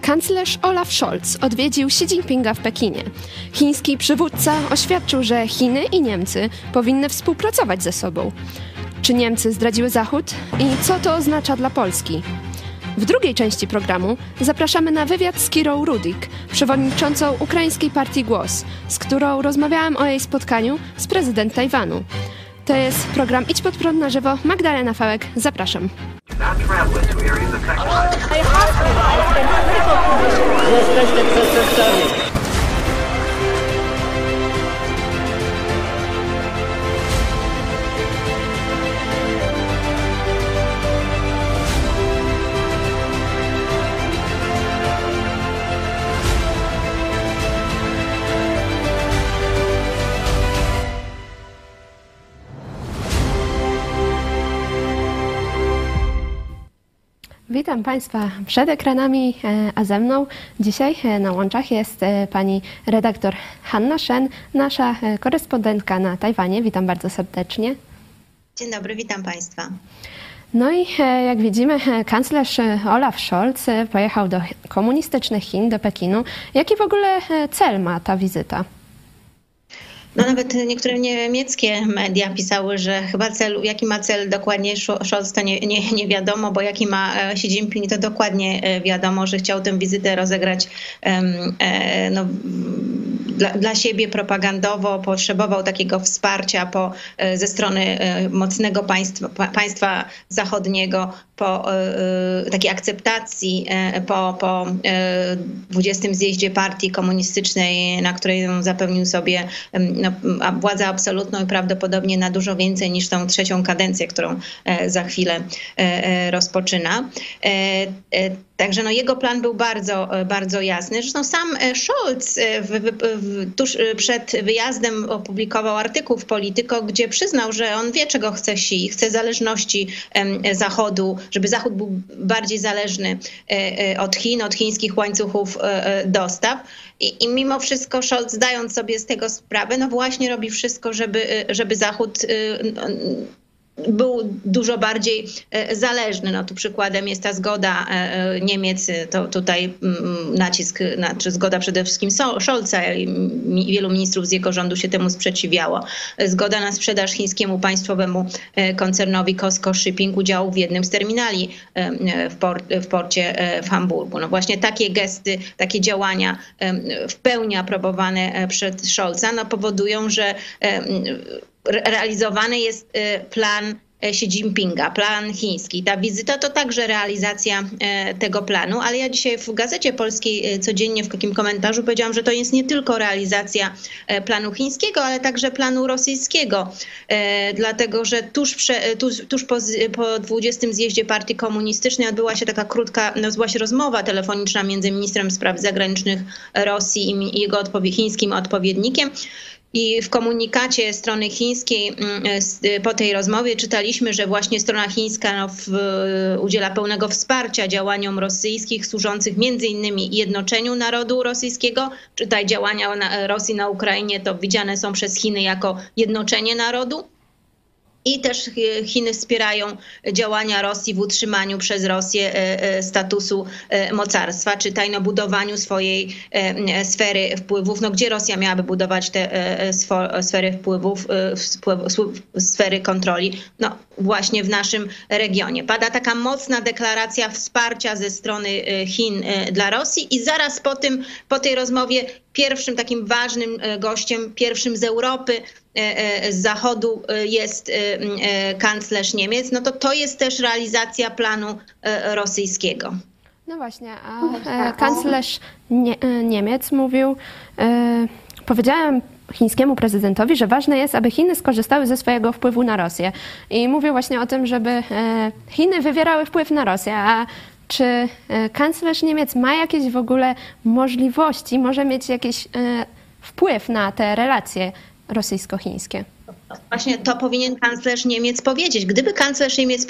Kanclerz Olaf Scholz odwiedził Xi Jinpinga w Pekinie. Chiński przywódca oświadczył, że Chiny i Niemcy powinny współpracować ze sobą. Czy Niemcy zdradziły Zachód i co to oznacza dla Polski? W drugiej części programu zapraszamy na wywiad z Kirą Rudik, przewodniczącą ukraińskiej partii Głos, z którą rozmawiałam o jej spotkaniu z prezydent Tajwanu. To jest program Idź pod prąd na żywo. Magdalena Fałek, zapraszam. Jesteście przestępcami. Witam Państwa przed ekranami, a ze mną dzisiaj na łączach jest pani redaktor Hanna Shen, nasza korespondentka na Tajwanie. Witam bardzo serdecznie. Dzień dobry, witam Państwa. No i jak widzimy, kanclerz Olaf Scholz pojechał do komunistycznych Chin, do Pekinu. Jaki w ogóle cel ma ta wizyta? No nawet niektóre niemieckie media pisały, że chyba jaki ma cel dokładnie Scholz, to nie wiadomo, bo jaki ma Xi Jinping, to dokładnie wiadomo, że chciał tę wizytę rozegrać dla siebie propagandowo, potrzebował takiego wsparcia ze strony mocnego państwa zachodniego, po takiej akceptacji po 20. zjeździe partii komunistycznej, na której zapewnił sobie władzę absolutną i prawdopodobnie na dużo więcej niż tą trzecią kadencję, którą za chwilę rozpoczyna. Także jego plan był bardzo, bardzo jasny. Zresztą sam Scholz tuż przed wyjazdem opublikował artykuł w Politico, gdzie przyznał, że on wie, czego chce Xi. Chce zależności Zachodu, żeby Zachód był bardziej zależny od Chin, od chińskich łańcuchów dostaw. I mimo wszystko Scholz, zdając sobie z tego sprawę, właśnie robi wszystko, żeby Zachód był dużo bardziej zależny. Tu przykładem jest ta zgoda Niemiec, to tutaj nacisk, czy zgoda przede wszystkim Scholza i wielu ministrów z jego rządu się temu sprzeciwiało. Zgoda na sprzedaż chińskiemu państwowemu koncernowi COSCO Shipping udziału w jednym z terminali w porcie w Hamburgu. Właśnie takie gesty, takie działania w pełni aprobowane przez Scholza powodują, że realizowany jest plan Xi Jinpinga, plan chiński. Ta wizyta to także realizacja tego planu, ale ja dzisiaj w Gazecie Polskiej codziennie w takim komentarzu powiedziałam, że to jest nie tylko realizacja planu chińskiego, ale także planu rosyjskiego. Dlatego, że tuż po 20. zjeździe partii komunistycznej odbyła się taka krótka, rozmowa telefoniczna między ministrem spraw zagranicznych Rosji i jego chińskim odpowiednikiem. I w komunikacie strony chińskiej po tej rozmowie czytaliśmy, że właśnie strona chińska udziela pełnego wsparcia działaniom rosyjskich służących między innymi jednoczeniu narodu rosyjskiego. Czytaj, działania Rosji na Ukrainie to widziane są przez Chiny jako jednoczenie narodu. I też Chiny wspierają działania Rosji w utrzymaniu przez Rosję statusu mocarstwa, czytaj, budowaniu swojej sfery wpływów. Gdzie Rosja miałaby budować te sfery wpływów, sfery kontroli? Właśnie w naszym regionie. Pada taka mocna deklaracja wsparcia ze strony Chin dla Rosji i zaraz po tej rozmowie pierwszym takim ważnym gościem, pierwszym z Europy, z Zachodu jest kanclerz Niemiec. To jest też realizacja planu rosyjskiego. No właśnie, a kanclerz Niemiec mówił, powiedziałem chińskiemu prezydentowi, że ważne jest, aby Chiny skorzystały ze swojego wpływu na Rosję. I mówił właśnie o tym, żeby Chiny wywierały wpływ na Rosję. A czy kanclerz Niemiec ma jakieś w ogóle możliwości, może mieć jakiś wpływ na te relacje rosyjsko-chińskie? Właśnie to powinien kanclerz Niemiec powiedzieć. Gdyby kanclerz Niemiec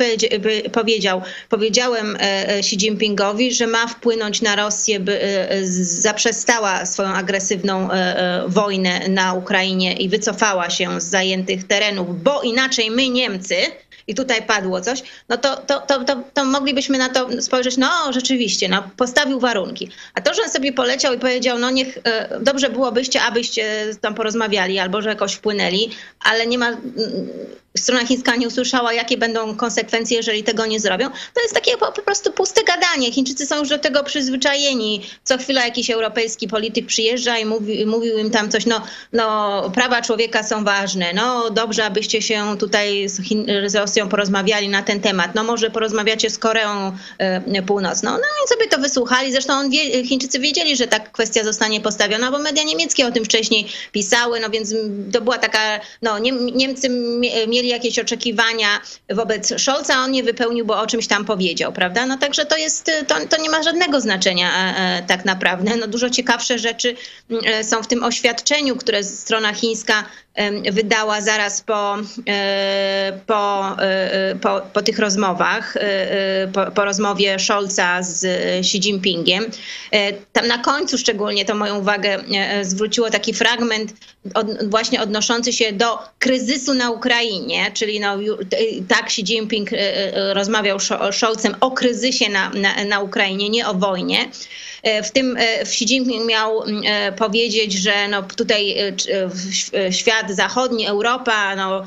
powiedziałem Xi Jinpingowi, że ma wpłynąć na Rosję, by zaprzestała swoją agresywną wojnę na Ukrainie i wycofała się z zajętych terenów, bo inaczej my Niemcy i tutaj padło coś, no to moglibyśmy na to spojrzeć, no rzeczywiście, no postawił warunki. A to, że on sobie poleciał i powiedział, no niech dobrze byłobyście, abyście tam porozmawiali albo że jakoś wpłynęli, ale nie ma, strona chińska nie usłyszała, jakie będą konsekwencje, jeżeli tego nie zrobią. To jest takie po prostu puste gadanie. Chińczycy są już do tego przyzwyczajeni. Co chwila jakiś europejski polityk przyjeżdża i mówił im tam coś, no prawa człowieka są ważne, no dobrze, abyście się tutaj z Rosją porozmawiali na ten temat, no może porozmawiacie z Koreą Północną. No i sobie to wysłuchali. Zresztą Chińczycy wiedzieli, że ta kwestia zostanie postawiona, bo media niemieckie o tym wcześniej pisały, no więc to była taka, no Niemcy mieli jakieś oczekiwania wobec Scholza, a on nie wypełnił, bo o czymś tam powiedział, prawda? No także to nie ma żadnego znaczenia tak naprawdę. No dużo ciekawsze rzeczy są w tym oświadczeniu, które strona chińska wydała zaraz po tych rozmowach, po rozmowie Scholza z Xi Jinpingiem. Tam na końcu szczególnie to moją uwagę zwróciło taki fragment właśnie odnoszący się do kryzysu na Ukrainie, czyli no, tak Xi Jinping rozmawiał z Scholzem o kryzysie na Ukrainie, nie o wojnie. W tym Xi Jinping miał powiedzieć, że no tutaj świat zachodni, Europa, no,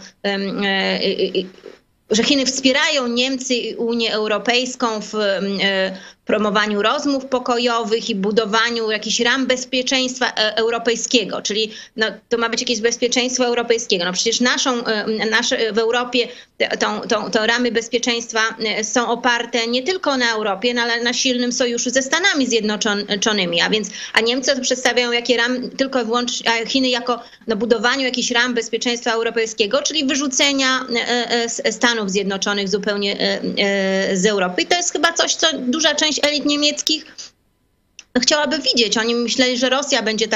że Chiny wspierają Niemcy i Unię Europejską w promowaniu rozmów pokojowych i budowaniu jakichś ram bezpieczeństwa europejskiego, czyli no, to ma być jakieś bezpieczeństwo europejskiego. No przecież nasze w Europie to ramy bezpieczeństwa są oparte nie tylko na Europie, ale na silnym sojuszu ze Stanami Zjednoczonymi, a Niemcy przedstawiają tylko i wyłącznie Chiny jako budowaniu jakichś ram bezpieczeństwa europejskiego, czyli wyrzucenia Stanów Zjednoczonych zupełnie z Europy. I to jest chyba coś, co duża część elit niemieckich chciałaby widzieć. Oni myśleli, że Rosja będzie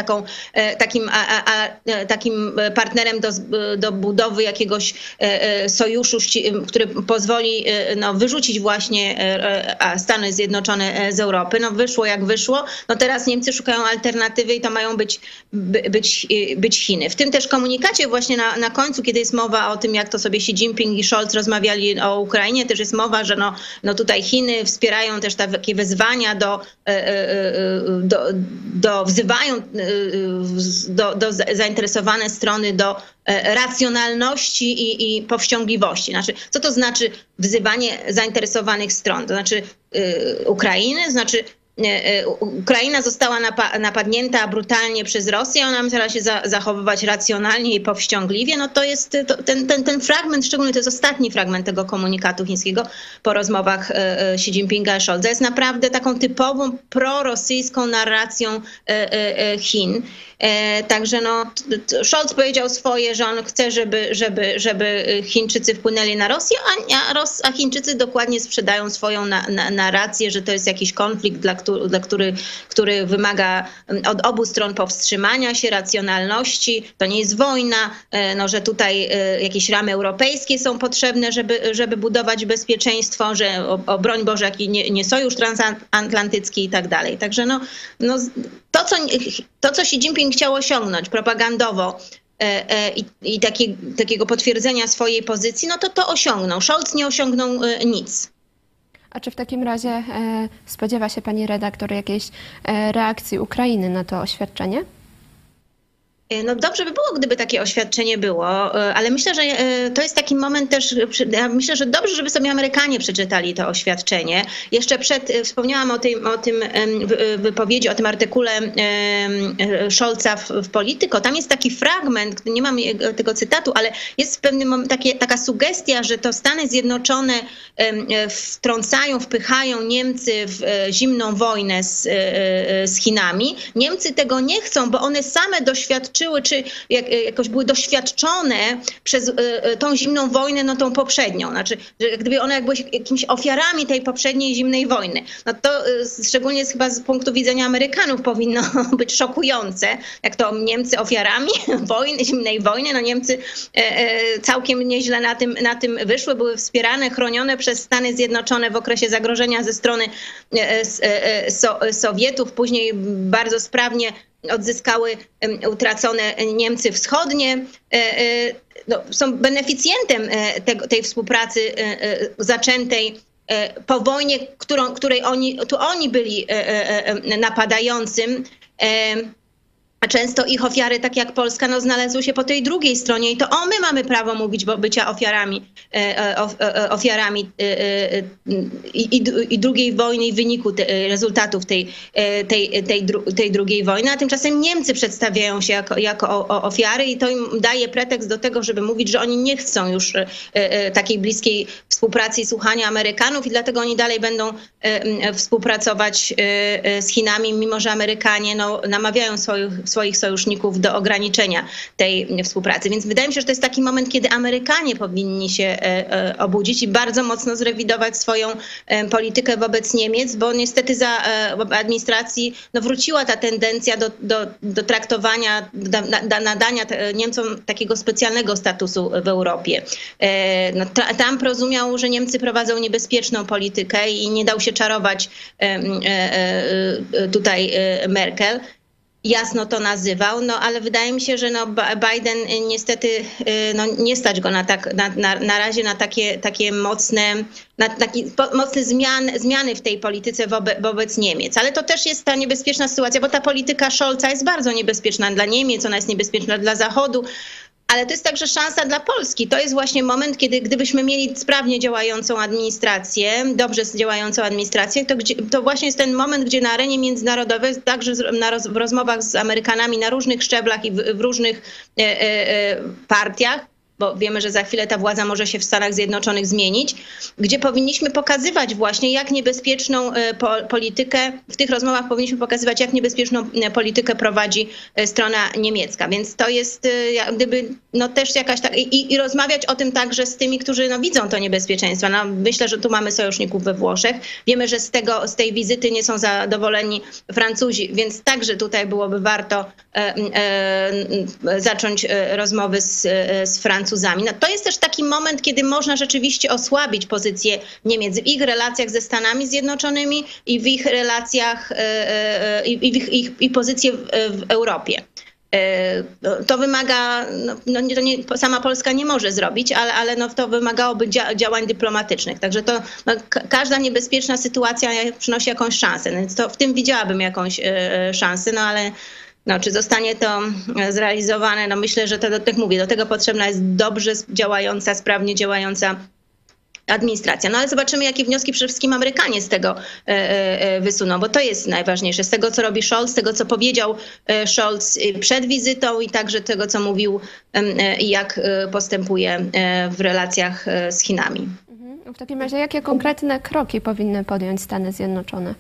takim partnerem do budowy jakiegoś sojuszu, który pozwoli wyrzucić właśnie Stany Zjednoczone z Europy. No wyszło jak wyszło. No teraz Niemcy szukają alternatywy i to mają być Chiny. W tym też komunikacie właśnie na końcu, kiedy jest mowa o tym, jak to sobie Xi Jinping i Scholz rozmawiali o Ukrainie, też jest mowa, że no tutaj Chiny wspierają też takie wezwania wzywają do zainteresowane strony do racjonalności i powściągliwości. Znaczy, co to znaczy wzywanie zainteresowanych stron? To znaczy Ukrainy, znaczy Ukraina została napadnięta brutalnie przez Rosję, ona musiała się zachowywać racjonalnie i powściągliwie. No to jest ten fragment, szczególnie to jest ostatni fragment tego komunikatu chińskiego po rozmowach Xi Jinpinga i Scholza, jest naprawdę taką typową prorosyjską narracją Chin. Także no, Scholz powiedział swoje, że on chce, żeby Chińczycy wpłynęli na Rosję, a Chińczycy dokładnie sprzedają swoją narrację, że to jest jakiś konflikt, który wymaga od obu stron powstrzymania się, racjonalności. To nie jest wojna, no, że tutaj jakieś ramy europejskie są potrzebne, żeby budować bezpieczeństwo, że broń Boże, jaki nie sojusz transatlantycki i tak dalej. Także no, to, co Xi Jinping chciał osiągnąć propagandowo i takiego potwierdzenia swojej pozycji, no to osiągnął. Scholz nie osiągnął nic. A czy w takim razie spodziewa się pani redaktor jakiejś reakcji Ukrainy na to oświadczenie? No dobrze by było, gdyby takie oświadczenie było, ale myślę, że to jest taki moment też, ja myślę, że dobrze, żeby sobie Amerykanie przeczytali to oświadczenie. Jeszcze wspomniałam o tym wypowiedzi, o tym artykule Scholza w Politico. Tam jest taki fragment, nie mam tego cytatu, ale jest w pewnym momencie taka sugestia, że to Stany Zjednoczone wpychają Niemcy w zimną wojnę z Chinami. Niemcy tego nie chcą, bo one same doświadczyły, czy jakoś były doświadczone przez tą zimną wojnę, no tą poprzednią. Znaczy, że gdyby one były jakimiś ofiarami tej poprzedniej zimnej wojny. No to szczególnie chyba z punktu widzenia Amerykanów powinno być szokujące, jak to Niemcy ofiarami zimnej wojny. No Niemcy całkiem nieźle na tym wyszły, były wspierane, chronione przez Stany Zjednoczone w okresie zagrożenia ze strony Sowietów. Później bardzo sprawnie odzyskały utracone Niemcy Wschodnie. No, są beneficjentem tej współpracy zaczętej po wojnie, której oni byli napadającym. Często ich ofiary, tak jak Polska, no, znalazły się po tej drugiej stronie i to my mamy prawo mówić bycia ofiarami i drugiej wojny i wyniku rezultatów tej drugiej wojny, a tymczasem Niemcy przedstawiają się jako ofiary i to im daje pretekst do tego, żeby mówić, że oni nie chcą już takiej bliskiej współpracy i słuchania Amerykanów i dlatego oni dalej będą współpracować z Chinami, mimo że Amerykanie no, namawiają swoich sojuszników do ograniczenia tej współpracy. Więc wydaje mi się, że to jest taki moment, kiedy Amerykanie powinni się obudzić i bardzo mocno zrewidować swoją politykę wobec Niemiec, bo niestety za administracji no, wróciła ta tendencja do traktowania, nadania Niemcom takiego specjalnego statusu w Europie. No, Trump rozumiał, że Niemcy prowadzą niebezpieczną politykę i nie dał się czarować tutaj Merkel. Jasno to nazywał, no ale wydaje mi się, że no Biden niestety no, nie stać go na razie na takie mocne zmiany w tej polityce wobec Niemiec. Ale to też jest ta niebezpieczna sytuacja, bo ta polityka Scholza jest bardzo niebezpieczna dla Niemiec, ona jest niebezpieczna dla Zachodu. Ale to jest także szansa dla Polski. To jest właśnie moment, gdybyśmy mieli sprawnie działającą administrację, dobrze działającą administrację, to właśnie jest ten moment, gdzie na arenie międzynarodowej, także w rozmowach z Amerykanami na różnych szczeblach i w różnych partiach, bo wiemy, że za chwilę ta władza może się w Stanach Zjednoczonych zmienić, gdzie powinniśmy pokazywać właśnie, jak niebezpieczną politykę, w tych rozmowach powinniśmy pokazywać, jak niebezpieczną politykę prowadzi strona niemiecka. Więc to jest jak gdyby no też jakaś i rozmawiać o tym także z tymi, którzy no widzą to niebezpieczeństwo. No, myślę, że tu mamy sojuszników we Włoszech. Wiemy, że z tej wizyty nie są zadowoleni Francuzi, więc także tutaj byłoby warto zacząć rozmowy z Francuzami. No, to jest też taki moment, kiedy można rzeczywiście osłabić pozycję Niemiec w ich relacjach ze Stanami Zjednoczonymi i w ich relacjach i pozycję w Europie. To wymaga, sama Polska nie może zrobić, ale no, to wymagałoby działań dyplomatycznych. Także to no, każda niebezpieczna sytuacja przynosi jakąś szansę. Więc to w tym widziałabym jakąś szansę, no ale no, czy zostanie to zrealizowane? No myślę, że to, tak jak mówię, do tego potrzebna jest dobrze działająca, sprawnie działająca administracja. No ale zobaczymy, jakie wnioski przede wszystkim Amerykanie z tego wysuną, bo to jest najważniejsze. Z tego, co robi Scholz, z tego, co powiedział Scholz przed wizytą i także tego, co mówił i jak postępuje w relacjach z Chinami. W takim razie, jakie konkretne kroki powinny podjąć Stany Zjednoczone?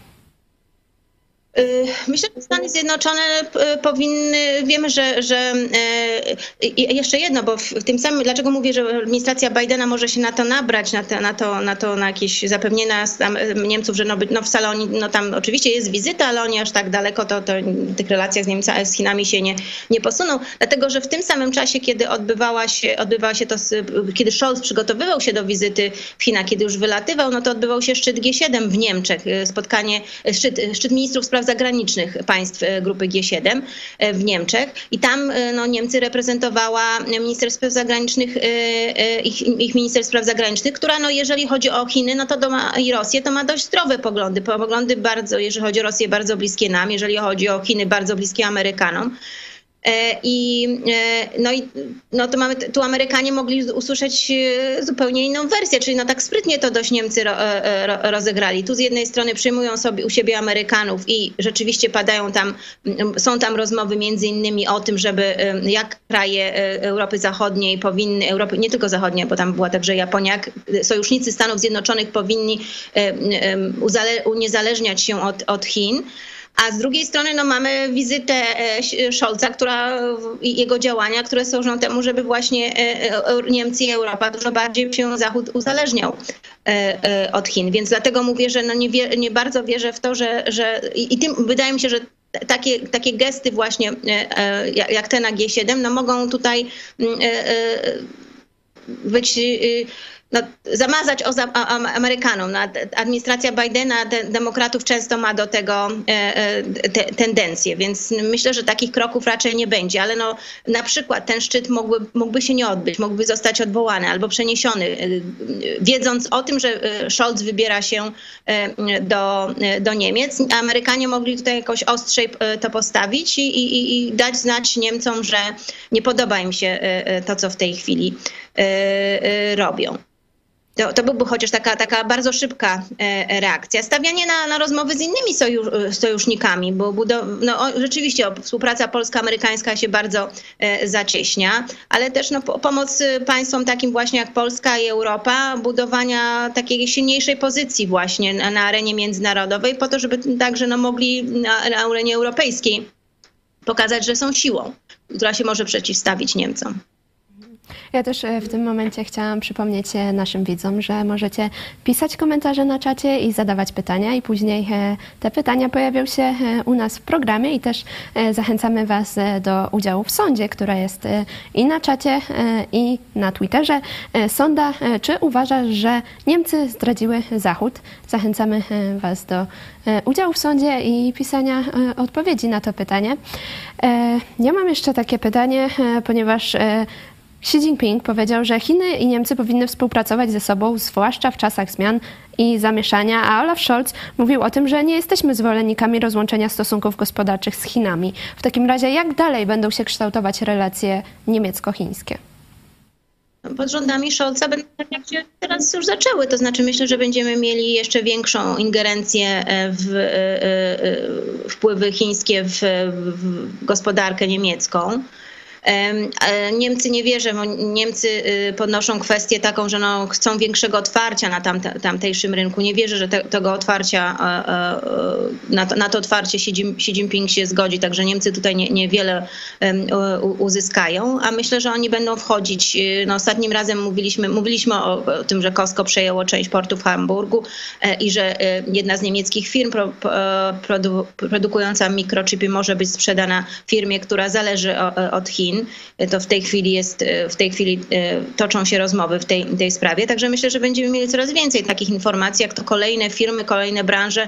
Myślę, że Stany Zjednoczone powinny, wiemy, że jeszcze jedno, bo w tym samym, dlaczego mówię, że administracja Bidena może się na to nabrać, na jakieś zapewnienia Niemców, że no wcale oni, no tam oczywiście jest wizyta, ale oni aż tak daleko to w tych relacjach z Chinami się nie posuną, dlatego, że w tym samym czasie, kiedy odbywała się to, kiedy Scholz przygotowywał się do wizyty w Chinach, kiedy już wylatywał, no to odbywał się szczyt G7 w Niemczech, szczyt ministrów spraw zagranicznych państw grupy G7 w Niemczech i tam no, Niemcy reprezentowała minister spraw zagranicznych, ich minister spraw zagranicznych, która no, jeżeli chodzi o Chiny no, i Rosję, to ma dość zdrowe poglądy bardzo, jeżeli chodzi o Rosję, bardzo bliskie nam, jeżeli chodzi o Chiny, bardzo bliskie Amerykanom. No to tu Amerykanie mogli usłyszeć zupełnie inną wersję, czyli no tak sprytnie to dość Niemcy rozegrali. Tu z jednej strony przyjmują sobie u siebie Amerykanów i rzeczywiście są tam rozmowy między innymi o tym, żeby jak kraje Europy Zachodniej powinny, Europy nie tylko zachodniej, bo tam była także Japonia, sojusznicy Stanów Zjednoczonych powinni uniezależniać się od Chin. A z drugiej strony no, mamy wizytę Scholza, i jego działania, które służą temu, żeby właśnie Niemcy i Europa dużo bardziej się Zachód uzależniał od Chin. Więc dlatego mówię, że no nie bardzo wierzę w to, że wydaje mi się, że takie gesty właśnie jak te na G7 no, mogą tutaj być zamazać Amerykanom. Administracja Bidena, demokratów często ma do tego tendencję, więc myślę, że takich kroków raczej nie będzie, ale na przykład ten szczyt mógłby się nie odbyć, mógłby zostać odwołany albo przeniesiony, wiedząc o tym, że Scholz wybiera się do Niemiec. Amerykanie mogli tutaj jakoś ostrzej to postawić i dać znać Niemcom, że nie podoba im się to, co w tej chwili robią. To byłby chociaż taka bardzo szybka reakcja. Stawianie na rozmowy z innymi sojusznikami, bo rzeczywiście współpraca polsko-amerykańska się bardzo zacieśnia, ale też pomoc państwom takim właśnie jak Polska i Europa, budowania takiej silniejszej pozycji właśnie na arenie międzynarodowej, po to, żeby także mogli na arenie europejskiej pokazać, że są siłą, która się może przeciwstawić Niemcom. Ja też w tym momencie chciałam przypomnieć naszym widzom, że możecie pisać komentarze na czacie i zadawać pytania i później te pytania pojawią się u nas w programie i też zachęcamy Was do udziału w sądzie, która jest i na czacie i na Twitterze. Sonda, czy uważasz, że Niemcy zdradziły Zachód? Zachęcamy Was do udziału w sądzie i pisania odpowiedzi na to pytanie. Ja mam jeszcze takie pytanie, ponieważ Xi Jinping powiedział, że Chiny i Niemcy powinny współpracować ze sobą, zwłaszcza w czasach zmian i zamieszania, a Olaf Scholz mówił o tym, że nie jesteśmy zwolennikami rozłączenia stosunków gospodarczych z Chinami. W takim razie jak dalej będą się kształtować relacje niemiecko-chińskie? Pod rządami Scholza będą tak jak się teraz już zaczęły. To znaczy myślę, że będziemy mieli jeszcze większą ingerencję w wpływy chińskie w gospodarkę niemiecką. Niemcy nie wierzę, bo Niemcy podnoszą kwestię taką, że chcą większego otwarcia na tamtejszym rynku. Nie wierzę, że tego otwarcia, na to otwarcie Xi Jinping się zgodzi, także Niemcy tutaj niewiele uzyskają, a myślę, że oni będą wchodzić. Ostatnim razem mówiliśmy o tym, że Costco przejęło część portu w Hamburgu i że jedna z niemieckich firm produkująca mikrochipy może być sprzedana firmie, która zależy od Chin. To w tej chwili toczą się rozmowy w tej sprawie. Także myślę, że będziemy mieli coraz więcej takich informacji, jak to kolejne firmy, kolejne branże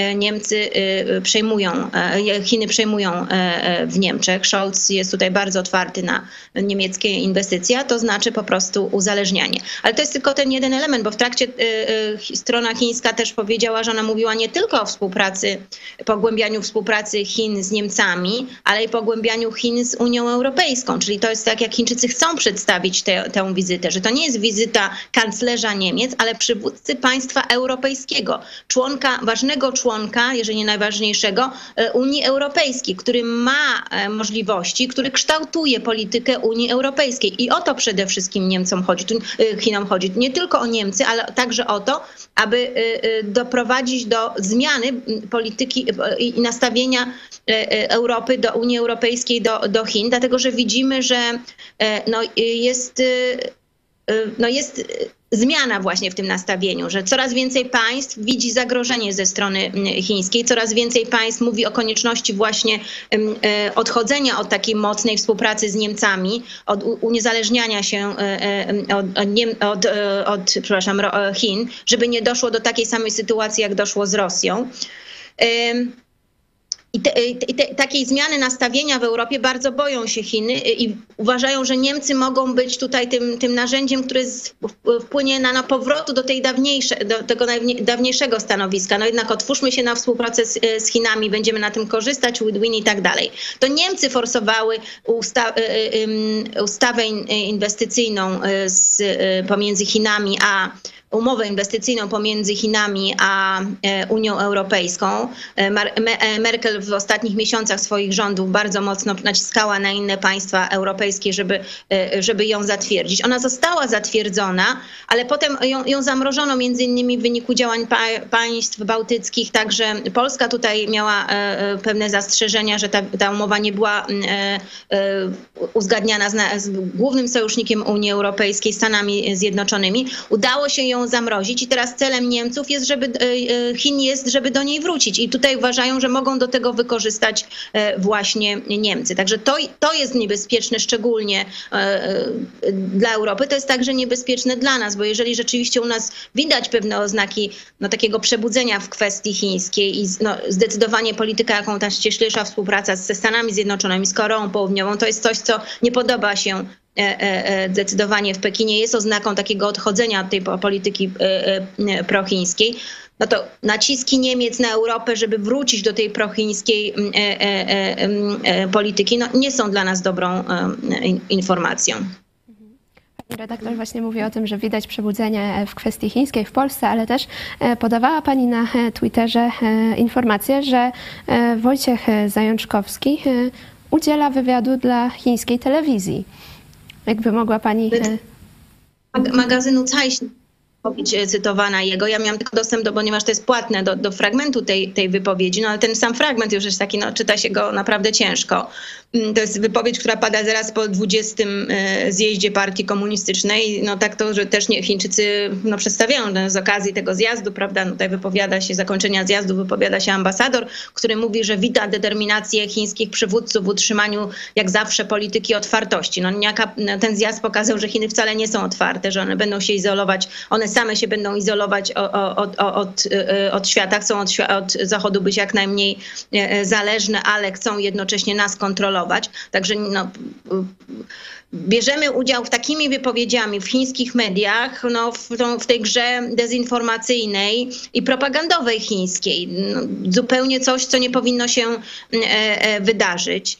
Chiny przejmują w Niemczech. Scholz jest tutaj bardzo otwarty na niemieckie inwestycje, a to znaczy po prostu uzależnianie. Ale to jest tylko ten jeden element, bo w trakcie strona chińska też powiedziała, że ona mówiła nie tylko o pogłębianiu współpracy Chin z Niemcami, ale i pogłębianiu Chin z Unią Europejską. Czyli to jest tak, jak Chińczycy chcą przedstawić tę wizytę, że to nie jest wizyta kanclerza Niemiec, ale przywódcy państwa europejskiego, ważnego członka, jeżeli nie najważniejszego, Unii Europejskiej, który ma możliwości, który kształtuje politykę Unii Europejskiej. I o to przede wszystkim Chinom chodzi. Nie tylko o Niemcy, ale także o to, aby doprowadzić do zmiany polityki i nastawienia Europy, do Unii Europejskiej, do Chin, dlatego że widzimy, że jest zmiana właśnie w tym nastawieniu, że coraz więcej państw widzi zagrożenie ze strony chińskiej, coraz więcej państw mówi o konieczności właśnie odchodzenia od takiej mocnej współpracy z Niemcami, od uniezależniania się od Chin, żeby nie doszło do takiej samej sytuacji, jak doszło z Rosją. I takiej zmiany nastawienia w Europie bardzo boją się Chiny i uważają, że Niemcy mogą być tutaj tym narzędziem, które wpłynie na powrotu do tego dawniejszego stanowiska. Jednak otwórzmy się na współpracę z Chinami, będziemy na tym korzystać, win-win i tak dalej. To Niemcy forsowały ustawę inwestycyjną pomiędzy Chinami umowę inwestycyjną pomiędzy Chinami a Unią Europejską. Merkel w ostatnich miesiącach swoich rządów bardzo mocno naciskała na inne państwa europejskie, żeby ją zatwierdzić. Ona została zatwierdzona, ale potem ją zamrożono między innymi w wyniku działań państw bałtyckich. Także Polska tutaj miała pewne zastrzeżenia, że ta umowa nie była uzgadniana z głównym sojusznikiem Unii Europejskiej, Stanami Zjednoczonymi. Udało się ją ją zamrozić i teraz celem Niemców jest, Chin jest, żeby do niej wrócić. I tutaj uważają, że mogą do tego wykorzystać właśnie Niemcy. Także to jest niebezpieczne, szczególnie dla Europy. To jest także niebezpieczne dla nas, bo jeżeli rzeczywiście u nas widać pewne oznaki takiego przebudzenia w kwestii chińskiej i zdecydowanie polityka, jaką ta ściślejsza współpraca ze Stanami Zjednoczonymi, z Koreą Południową, to jest coś, co nie podoba się zdecydowanie w Pekinie, jest oznaką takiego odchodzenia od tej polityki prochińskiej, no to naciski Niemiec na Europę, żeby wrócić do tej prochińskiej polityki, nie są dla nas dobrą informacją. Pani redaktor właśnie mówi o tym, że widać przebudzenie w kwestii chińskiej w Polsce, ale też podawała Pani na Twitterze informację, że Wojciech Zajączkowski udziela wywiadu dla chińskiej telewizji. Jakby mogła Pani... Magazynu Caixin wypowiedź cytowana jego. Ja miałam tylko dostęp ponieważ to jest płatne, do fragmentu tej wypowiedzi, ale ten sam fragment już jest taki, czyta się go naprawdę ciężko. To jest wypowiedź, która pada zaraz po 20. zjeździe Partii Komunistycznej. Tak to, że też Chińczycy przedstawiają z okazji tego zjazdu, prawda, tutaj zakończenia zjazdu wypowiada się ambasador, który mówi, że wita determinację chińskich przywódców w utrzymaniu jak zawsze polityki otwartości. Ten zjazd pokazał, że Chiny wcale nie są otwarte, że one będą się izolować, one same się będą izolować od świata, chcą od Zachodu być jak najmniej zależne, ale chcą jednocześnie nas kontrolować. Także bierzemy udział w takimi wypowiedziami w chińskich mediach, w tej grze dezinformacyjnej i propagandowej chińskiej. Zupełnie coś, co nie powinno się wydarzyć.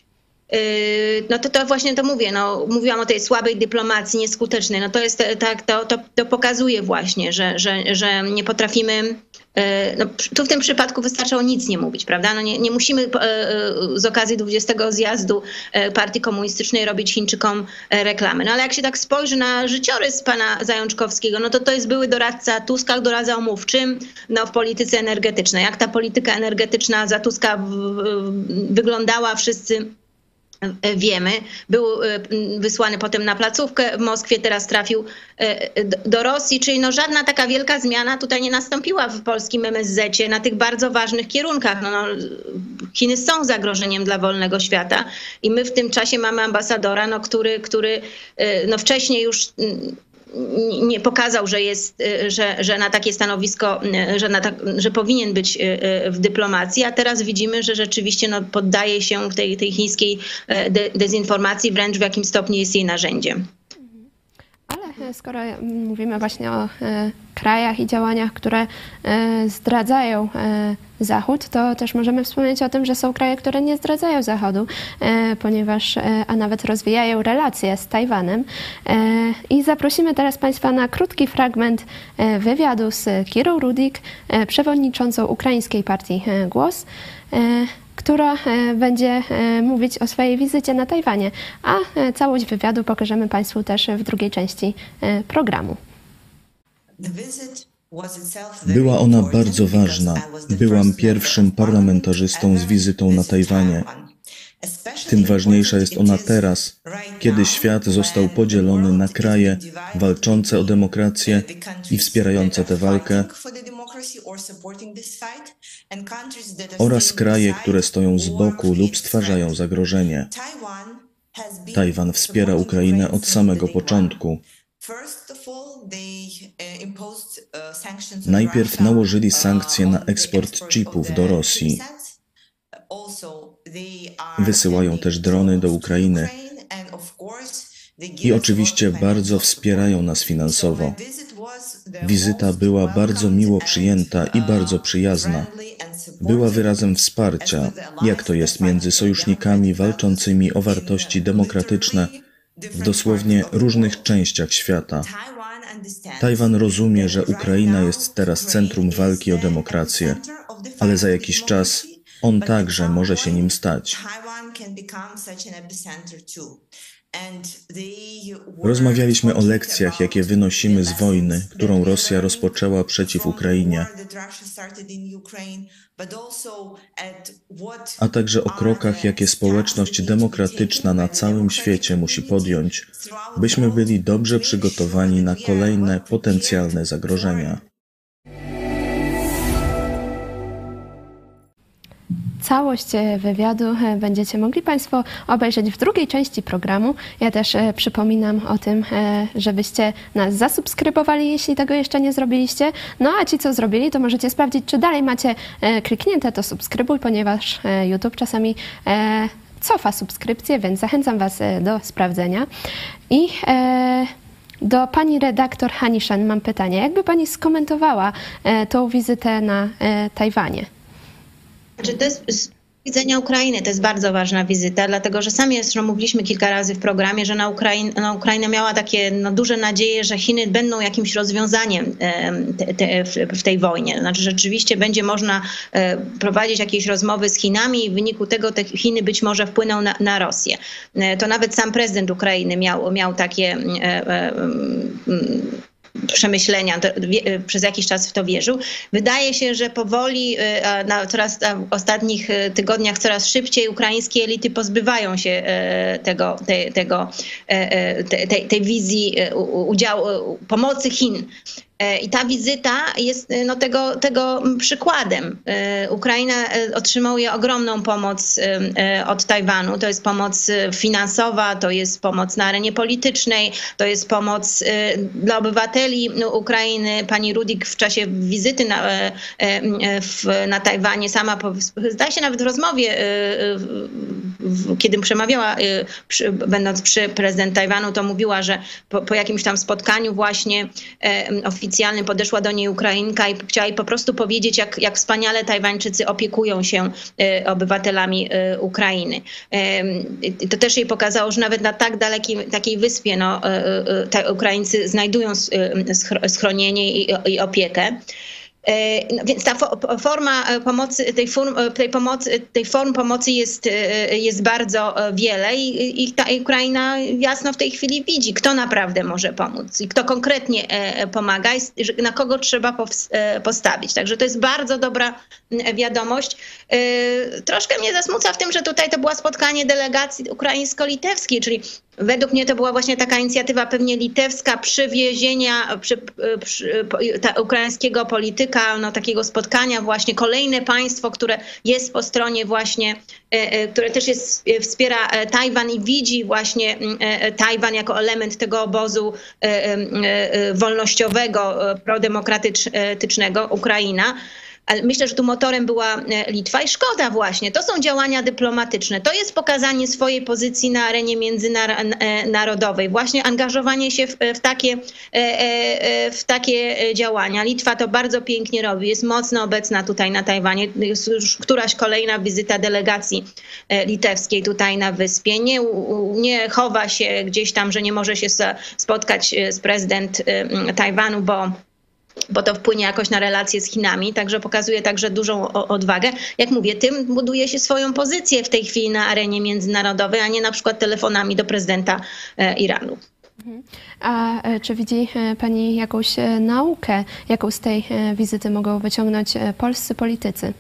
To właśnie to mówię, mówiłam o tej słabej dyplomacji, nieskutecznej. To jest to pokazuje właśnie, że nie potrafimy. Tu w tym przypadku wystarczało nic nie mówić, prawda? Nie musimy z okazji 20. zjazdu Partii Komunistycznej robić Chińczykom reklamy. Ale jak się tak spojrzy na życiorys pana Zajączkowskiego, to jest były doradca Tuska, doradzał mu w czym? W polityce energetycznej. Jak ta polityka energetyczna za Tuska wyglądała, wszyscy wiemy. Był wysłany potem na placówkę w Moskwie, teraz trafił do Rosji, czyli żadna taka wielka zmiana tutaj nie nastąpiła w polskim MSZ-cie na tych bardzo ważnych kierunkach. Chiny są zagrożeniem dla wolnego świata i my w tym czasie mamy ambasadora, który wcześniej już nie pokazał, że na takie stanowisko, że powinien być w dyplomacji, a teraz widzimy, że rzeczywiście poddaje się tej chińskiej dezinformacji, wręcz w jakim stopniu jest jej narzędziem. Ale skoro mówimy właśnie o krajach i działaniach, które zdradzają Zachód, to też możemy wspomnieć o tym, że są kraje, które nie zdradzają Zachodu, a nawet rozwijają relacje z Tajwanem. I zaprosimy teraz Państwa na krótki fragment wywiadu z Kirą Rudik, przewodniczącą ukraińskiej partii Głos, która będzie mówić o swojej wizycie na Tajwanie, a całość wywiadu pokażemy Państwu też w drugiej części programu. Była ona bardzo ważna. Byłam pierwszym parlamentarzystą z wizytą na Tajwanie. Tym ważniejsza jest ona teraz, kiedy świat został podzielony na kraje walczące o demokrację i wspierające tę walkę oraz kraje, które stoją z boku lub stwarzają zagrożenie. Tajwan wspiera Ukrainę od samego początku. Najpierw nałożyli sankcje na eksport chipów do Rosji. Wysyłają też drony do Ukrainy i oczywiście bardzo wspierają nas finansowo. Wizyta była bardzo miło przyjęta i bardzo przyjazna. Była wyrazem wsparcia, jak to jest między sojusznikami walczącymi o wartości demokratyczne w dosłownie różnych częściach świata. Tajwan rozumie, że Ukraina jest teraz centrum walki o demokrację, ale za jakiś czas on także może się nim stać. Rozmawialiśmy o lekcjach, jakie wynosimy z wojny, którą Rosja rozpoczęła przeciw Ukrainie, a także o krokach, jakie społeczność demokratyczna na całym świecie musi podjąć, byśmy byli dobrze przygotowani na kolejne potencjalne zagrożenia. Całość wywiadu będziecie mogli Państwo obejrzeć w drugiej części programu. Ja też przypominam o tym, żebyście nas zasubskrybowali, jeśli tego jeszcze nie zrobiliście. No a ci, co zrobili, to możecie sprawdzić, czy dalej macie kliknięte to subskrybuj, ponieważ YouTube czasami cofa subskrypcję, więc zachęcam Was do sprawdzenia. I do pani redaktor Hanishan mam pytanie. Jakby Pani skomentowała tą wizytę na Tajwanie? Znaczy, to jest z widzenia Ukrainy, to jest bardzo ważna wizyta, dlatego że sami zresztą mówiliśmy kilka razy w programie, że Ukraina miała takie duże nadzieje, że Chiny będą jakimś rozwiązaniem w tej wojnie. Znaczy rzeczywiście będzie można prowadzić jakieś rozmowy z Chinami i w wyniku tego te Chiny być może wpłyną na Rosję. To nawet sam prezydent Ukrainy miał takie przemyślenia, przez jakiś czas w to wierzył. Wydaje się, że powoli, w ostatnich tygodniach coraz szybciej ukraińskie elity pozbywają się tej wizji udziału, pomocy Chin. I ta wizyta jest tego przykładem. Ukraina otrzymuje ogromną pomoc od Tajwanu. To jest pomoc finansowa, to jest pomoc na arenie politycznej, to jest pomoc dla obywateli Ukrainy. Pani Rudik w czasie wizyty na Tajwanie sama, zdaje się nawet w rozmowie, kiedy przemawiała, będąc przy prezydent Tajwanu, to mówiła, że po jakimś tam spotkaniu właśnie oficjalnym podeszła do niej Ukrainka i chciała jej po prostu powiedzieć, jak wspaniale Tajwańczycy opiekują się obywatelami Ukrainy. To też jej pokazało, że nawet na tak takiej wyspie Ukraińcy znajdują schronienie i opiekę. Więc ta forma pomocy, tej form pomocy jest bardzo wiele i Ukraina jasno w tej chwili widzi, kto naprawdę może pomóc i kto konkretnie pomaga i na kogo trzeba postawić. Także to jest bardzo dobra wiadomość. Troszkę mnie zasmuca w tym, że tutaj to było spotkanie delegacji ukraińsko-litewskiej, czyli według mnie to była właśnie taka inicjatywa pewnie litewska przywiezienia ukraińskiego polityka, takiego spotkania właśnie, kolejne państwo, które jest po stronie właśnie, które też wspiera Tajwan i widzi właśnie Tajwan jako element tego obozu wolnościowego, prodemokratycznego Ukraina. Ale myślę, że tu motorem była Litwa i szkoda właśnie. To są działania dyplomatyczne. To jest pokazanie swojej pozycji na arenie międzynarodowej. Właśnie angażowanie się w takie działania. Litwa to bardzo pięknie robi. Jest mocno obecna tutaj na Tajwanie. Jest już któraś kolejna wizyta delegacji litewskiej tutaj na wyspie. Nie chowa się gdzieś tam, że nie może się spotkać z prezydent Tajwanu, bo to wpłynie jakoś na relacje z Chinami, także pokazuje także dużą odwagę. Jak mówię, tym buduje się swoją pozycję w tej chwili na arenie międzynarodowej, a nie na przykład telefonami do prezydenta Iranu. A czy widzi Pani jakąś naukę, jaką z tej wizyty mogą wyciągnąć polscy politycy?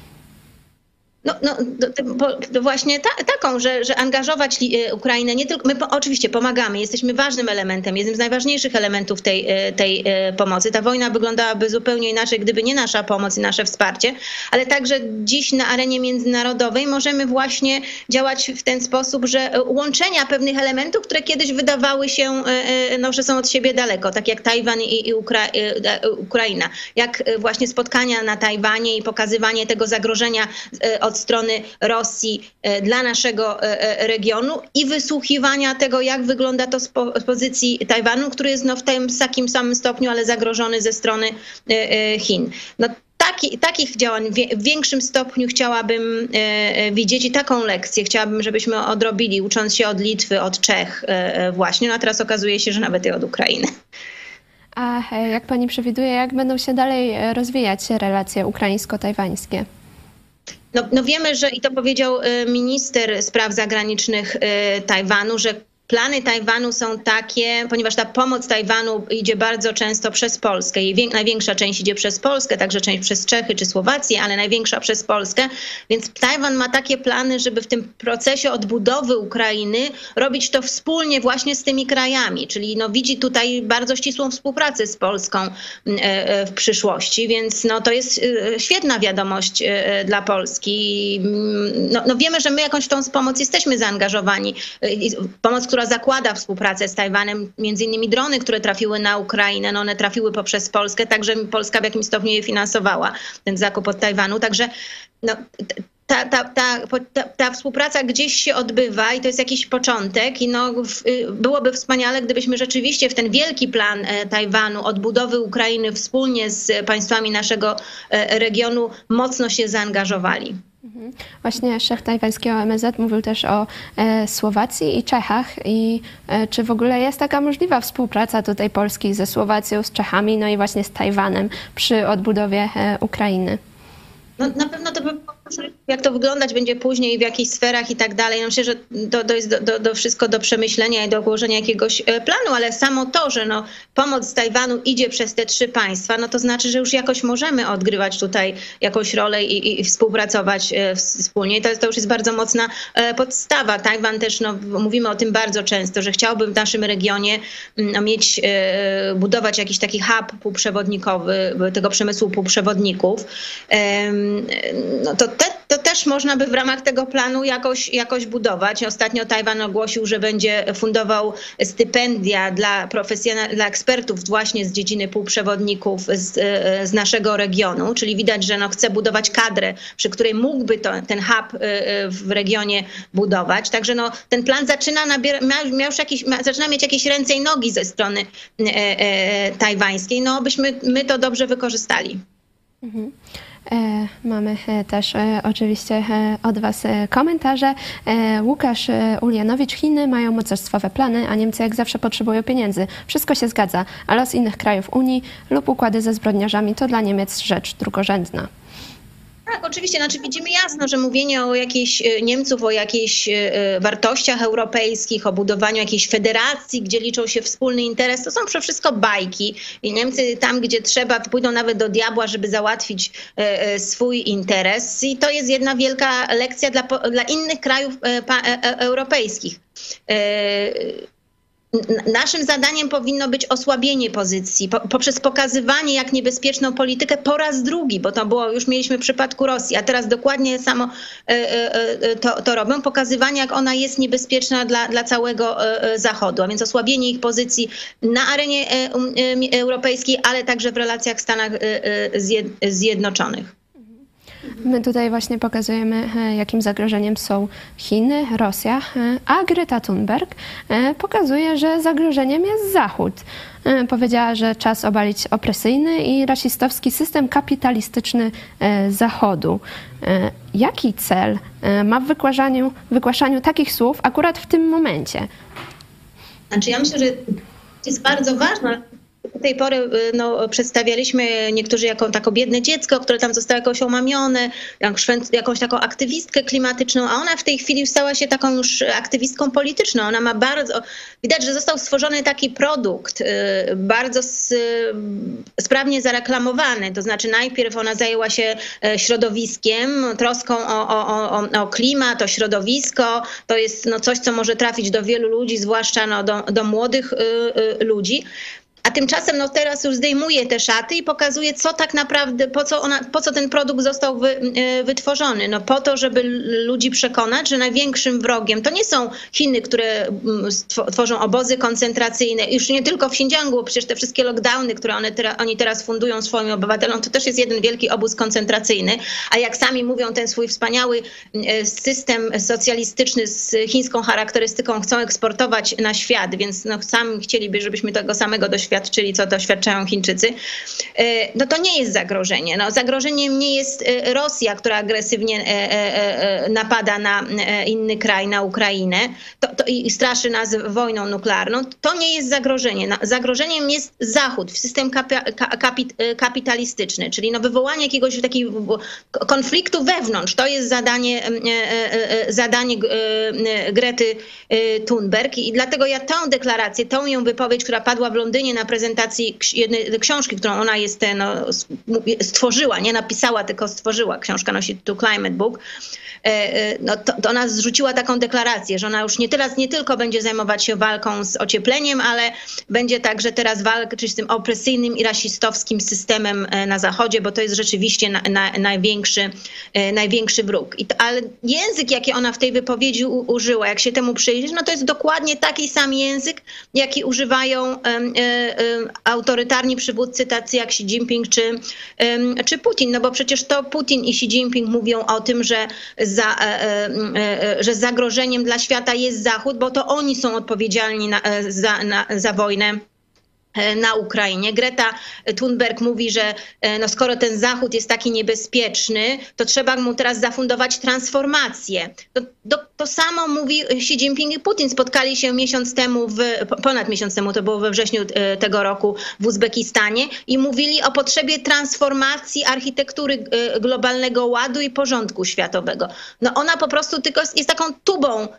To właśnie taką, że angażować Ukrainę, nie tylko, my oczywiście pomagamy, jesteśmy ważnym elementem, jednym z najważniejszych elementów tej pomocy. Ta wojna wyglądałaby zupełnie inaczej, gdyby nie nasza pomoc i nasze wsparcie, ale także dziś na arenie międzynarodowej możemy właśnie działać w ten sposób, że łączenia pewnych elementów, które kiedyś wydawały się, że są od siebie daleko, tak jak Tajwan i Ukraina, jak właśnie spotkania na Tajwanie i pokazywanie tego zagrożenia od strony Rosji dla naszego regionu i wysłuchiwania tego, jak wygląda to z pozycji Tajwanu, który jest w tym takim samym stopniu, ale zagrożony ze strony Chin. Takich działań w większym stopniu chciałabym widzieć i taką lekcję chciałabym, żebyśmy odrobili, ucząc się od Litwy, od Czech właśnie. A teraz okazuje się, że nawet i od Ukrainy. A jak Pani przewiduje, jak będą się dalej rozwijać relacje ukraińsko-tajwańskie? Wiemy, że i to powiedział minister spraw zagranicznych Tajwanu, że plany Tajwanu są takie, ponieważ ta pomoc Tajwanu idzie bardzo często przez Polskę. Jej największa część idzie przez Polskę, także część przez Czechy czy Słowację, ale największa przez Polskę. Więc Tajwan ma takie plany, żeby w tym procesie odbudowy Ukrainy robić to wspólnie właśnie z tymi krajami. Czyli no, widzi tutaj bardzo ścisłą współpracę z Polską w przyszłości, więc no, to jest świetna wiadomość dla Polski. No, wiemy, że my jakąś w tą pomoc jesteśmy zaangażowani. Pomoc, która zakłada współpracę z Tajwanem, między innymi drony, które trafiły na Ukrainę, no one trafiły poprzez Polskę, także Polska w jakimś stopniu je finansowała, ten zakup od Tajwanu. Także no, ta współpraca gdzieś się odbywa i to jest jakiś początek i no, byłoby wspaniale, gdybyśmy rzeczywiście w ten wielki plan Tajwanu odbudowy Ukrainy wspólnie z państwami naszego regionu mocno się zaangażowali. Właśnie szef tajwańskiego MSZ mówił też o Słowacji i Czechach i czy w ogóle jest taka możliwa współpraca tutaj Polski ze Słowacją, z Czechami, no i właśnie z Tajwanem przy odbudowie Ukrainy? No, na pewno to by jak to wyglądać będzie później, w jakichś sferach i tak dalej. No myślę, że to jest wszystko do przemyślenia i do ułożenia jakiegoś planu, ale samo to, że no, pomoc z Tajwanu idzie przez te 3 państwa, no to znaczy, że już jakoś możemy odgrywać tutaj jakąś rolę i współpracować wspólnie. To już jest bardzo mocna podstawa. Tajwan też, no, mówimy o tym bardzo często, że chciałbym w naszym regionie budować jakiś taki hub półprzewodnikowy, tego przemysłu półprzewodników. No to też można by w ramach tego planu jakoś budować. Ostatnio Tajwan ogłosił, że będzie fundował stypendia dla ekspertów właśnie z dziedziny półprzewodników z naszego regionu, czyli widać, że no chce budować kadrę, przy której mógłby ten hub w regionie budować. Także no, ten plan zaczyna mieć jakieś ręce i nogi ze strony tajwańskiej. No, byśmy my to dobrze wykorzystali. Mhm. Mamy też oczywiście od Was komentarze. Łukasz Ulianowicz: Chiny mają mocarstwowe plany, a Niemcy jak zawsze potrzebują pieniędzy. Wszystko się zgadza, a los innych krajów Unii lub układy ze zbrodniarzami to dla Niemiec rzecz drugorzędna. Tak, oczywiście. Znaczy widzimy jasno, że mówienie o jakichś Niemców, o jakichś wartościach europejskich, o budowaniu jakiejś federacji, gdzie liczą się wspólny interes, to są przede wszystko bajki. I Niemcy tam, gdzie trzeba, pójdą nawet do diabła, żeby załatwić swój interes. I to jest jedna wielka lekcja dla innych krajów europejskich. Naszym zadaniem powinno być osłabienie pozycji poprzez pokazywanie, jak niebezpieczną politykę po raz drugi, bo to było, już mieliśmy w przypadku Rosji, a teraz dokładnie samo to robią, pokazywanie, jak ona jest niebezpieczna dla całego Zachodu, a więc osłabienie ich pozycji na arenie europejskiej, ale także w relacjach Stanach Zjednoczonych. My tutaj właśnie pokazujemy, jakim zagrożeniem są Chiny, Rosja, a Greta Thunberg pokazuje, że zagrożeniem jest Zachód. Powiedziała, że czas obalić opresyjny i rasistowski system kapitalistyczny Zachodu. Jaki cel ma w wygłaszaniu takich słów akurat w tym momencie? Znaczy ja myślę, że jest bardzo ważne. Do tej pory przedstawialiśmy niektórzy jako tako biedne dziecko, które tam zostało jakoś omamione, jakąś taką aktywistkę klimatyczną, a ona w tej chwili stała się taką już aktywistką polityczną. Ona ma widać, że został stworzony taki produkt bardzo sprawnie zareklamowany. To znaczy najpierw ona zajęła się środowiskiem, troską o klimat, o środowisko. To jest coś, co może trafić do wielu ludzi, zwłaszcza do młodych ludzi. A tymczasem teraz już zdejmuje te szaty i pokazuje, co tak naprawdę, po co ten produkt został wytworzony. No po to, żeby ludzi przekonać, że największym wrogiem to nie są Chiny, które tworzą obozy koncentracyjne. Już nie tylko w Xinjiangu, przecież te wszystkie lockdowny, które oni teraz fundują swoim obywatelom, to też jest jeden wielki obóz koncentracyjny. A jak sami mówią, ten swój wspaniały system socjalistyczny z chińską charakterystyką chcą eksportować na świat, więc sami chcieliby, żebyśmy tego samego doświadczyli. doświadczyli, co doświadczają Chińczycy, no to nie jest zagrożenie. No, zagrożeniem nie jest Rosja, która agresywnie napada na inny kraj, na Ukrainę i straszy nas wojną nuklearną. To nie jest zagrożenie. Zagrożeniem jest Zachód, system kapitalistyczny, czyli no wywołanie jakiegoś takiego konfliktu wewnątrz. To jest zadanie Grety Thunberg i dlatego ja tę deklarację, tą ją wypowiedź, która padła w Londynie na prezentacji jednej książki, którą ona stworzyła, nie napisała, tylko stworzyła. Książka nosi tytuł Climate Book. No to ona zrzuciła taką deklarację, że ona już nie tylko będzie zajmować się walką z ociepleniem, ale będzie także teraz walczyć z tym opresyjnym i rasistowskim systemem na Zachodzie, bo to jest rzeczywiście największy wróg. Ale język, jaki ona w tej wypowiedzi użyła, jak się temu przyjrzeć, no to jest dokładnie taki sam język, jaki używają autorytarni przywódcy tacy jak Xi Jinping czy Putin. No bo przecież to Putin i Xi Jinping mówią o tym, że zagrożeniem dla świata jest Zachód, bo to oni są odpowiedzialni za wojnę na Ukrainie. Greta Thunberg mówi, że no skoro ten Zachód jest taki niebezpieczny, to trzeba mu teraz zafundować transformację. To samo mówi Xi Jinping i Putin. Spotkali się ponad miesiąc temu, to było we wrześniu tego roku w Uzbekistanie i mówili o potrzebie transformacji architektury globalnego ładu i porządku światowego. No ona po prostu tylko jest taką tubą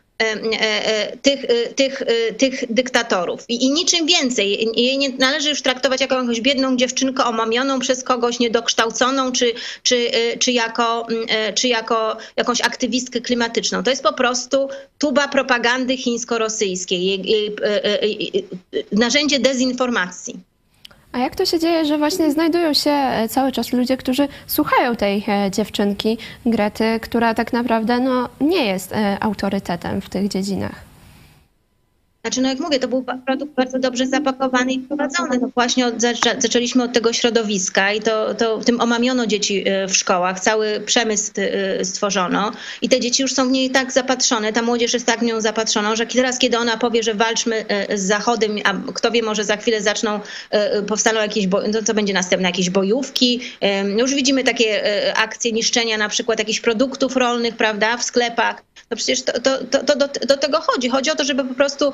tych dyktatorów i niczym więcej. Jej nie należy już traktować jako jakąś biedną dziewczynkę omamioną przez kogoś, niedokształconą, czy jako jakąś aktywistkę klimatyczną. To jest po prostu tuba propagandy chińsko-rosyjskiej, narzędzie dezinformacji. A jak to się dzieje, że właśnie znajdują się cały czas ludzie, którzy słuchają tej dziewczynki Grety, która tak naprawdę nie jest autorytetem w tych dziedzinach? Znaczy, no jak mówię, to był produkt bardzo dobrze zapakowany i prowadzony. No właśnie zaczęliśmy od tego środowiska i to tym omamiono dzieci w szkołach, cały przemysł stworzono i te dzieci już są w niej tak zapatrzone, ta młodzież jest tak w nią zapatrzona, że teraz, kiedy ona powie, że walczmy z Zachodem, a kto wie, może za chwilę powstaną jakieś, co będzie następne, jakieś bojówki. Już widzimy takie akcje niszczenia na przykład jakichś produktów rolnych, prawda, w sklepach. No przecież do tego chodzi. Chodzi o to, żeby po prostu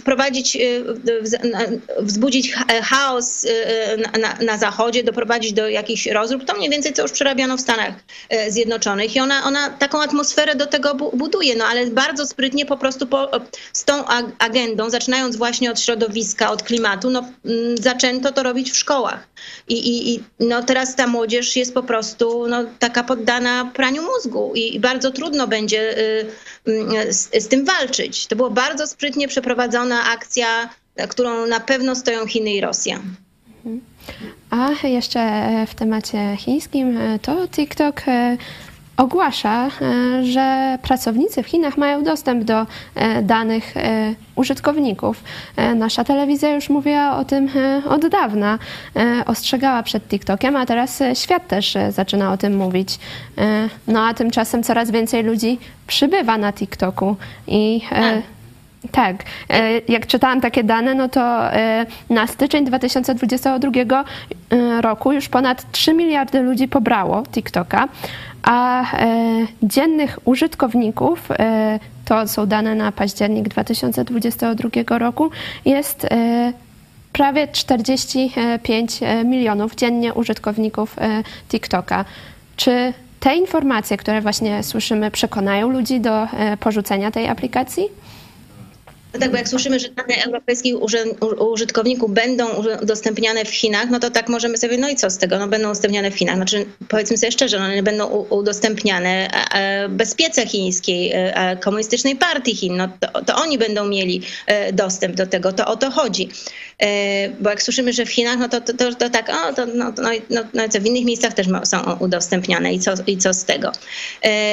wzbudzić chaos na Zachodzie, doprowadzić do jakichś rozrób. To mniej więcej co już przerabiano w Stanach Zjednoczonych. I ona taką atmosferę do tego buduje, no ale bardzo sprytnie po prostu z tą agendą, zaczynając właśnie od środowiska, od klimatu, zaczęto to robić w szkołach. I teraz ta młodzież jest po prostu taka poddana praniu mózgu i bardzo trudno będzie z tym walczyć. To było bardzo sprytnie przeprowadzona akcja, którą na pewno stoją Chiny i Rosja. A jeszcze w temacie chińskim to TikTok ogłasza, że pracownicy w Chinach mają dostęp do danych użytkowników. Nasza telewizja już mówiła o tym od dawna, ostrzegała przed TikTokiem, a teraz świat też zaczyna o tym mówić. No a tymczasem coraz więcej ludzi przybywa na TikToku i tak, jak czytałam takie dane, no to na styczeń 2022 roku już ponad 3 miliardy ludzi pobrało TikToka, a dziennych użytkowników, to są dane na październik 2022 roku, jest prawie 45 milionów dziennie użytkowników TikToka. Czy te informacje, które właśnie słyszymy, przekonają ludzi do porzucenia tej aplikacji? No tak, bo jak słyszymy, że dane europejskich użytkowników będą udostępniane w Chinach, no to tak możemy sobie, no i co z tego? Będą udostępniane w Chinach. Znaczy, powiedzmy sobie szczerze, one będą udostępniane bezpiece chińskiej, komunistycznej partii Chin. No to oni będą mieli dostęp do tego. To o to chodzi. Bo jak słyszymy, że w Chinach, no to tak, co w innych miejscach też są udostępniane i co z tego?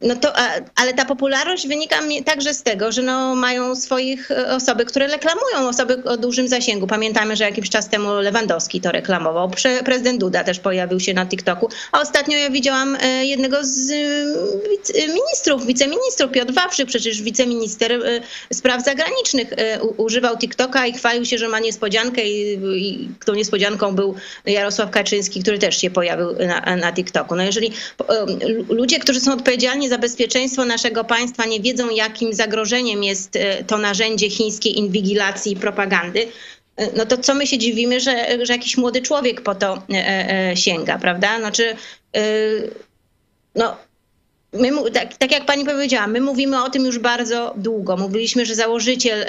No to, ale ta popularność wynika także z tego, że no mają swoich osoby, które reklamują, osoby o dużym zasięgu. Pamiętamy, że jakiś czas temu Lewandowski to reklamował. Prezydent Duda też pojawił się na TikToku. A ostatnio ja widziałam jednego z wiceministrów, Piotr Wawrzyk, przecież wiceminister spraw zagranicznych, używał TikToka i chwalił się, że ma niespodziankę i tą niespodzianką był Jarosław Kaczyński, który też się pojawił na TikToku. No jeżeli ludzie, którzy są odpowiedzialni za bezpieczeństwo naszego państwa, nie wiedzą, jakim zagrożeniem jest to narzędzie chińskiej inwigilacji i propagandy, no to co my się dziwimy, że jakiś młody człowiek po to sięga, prawda? Znaczy, no, tak jak pani powiedziała, my mówimy o tym już bardzo długo. Mówiliśmy, że założyciel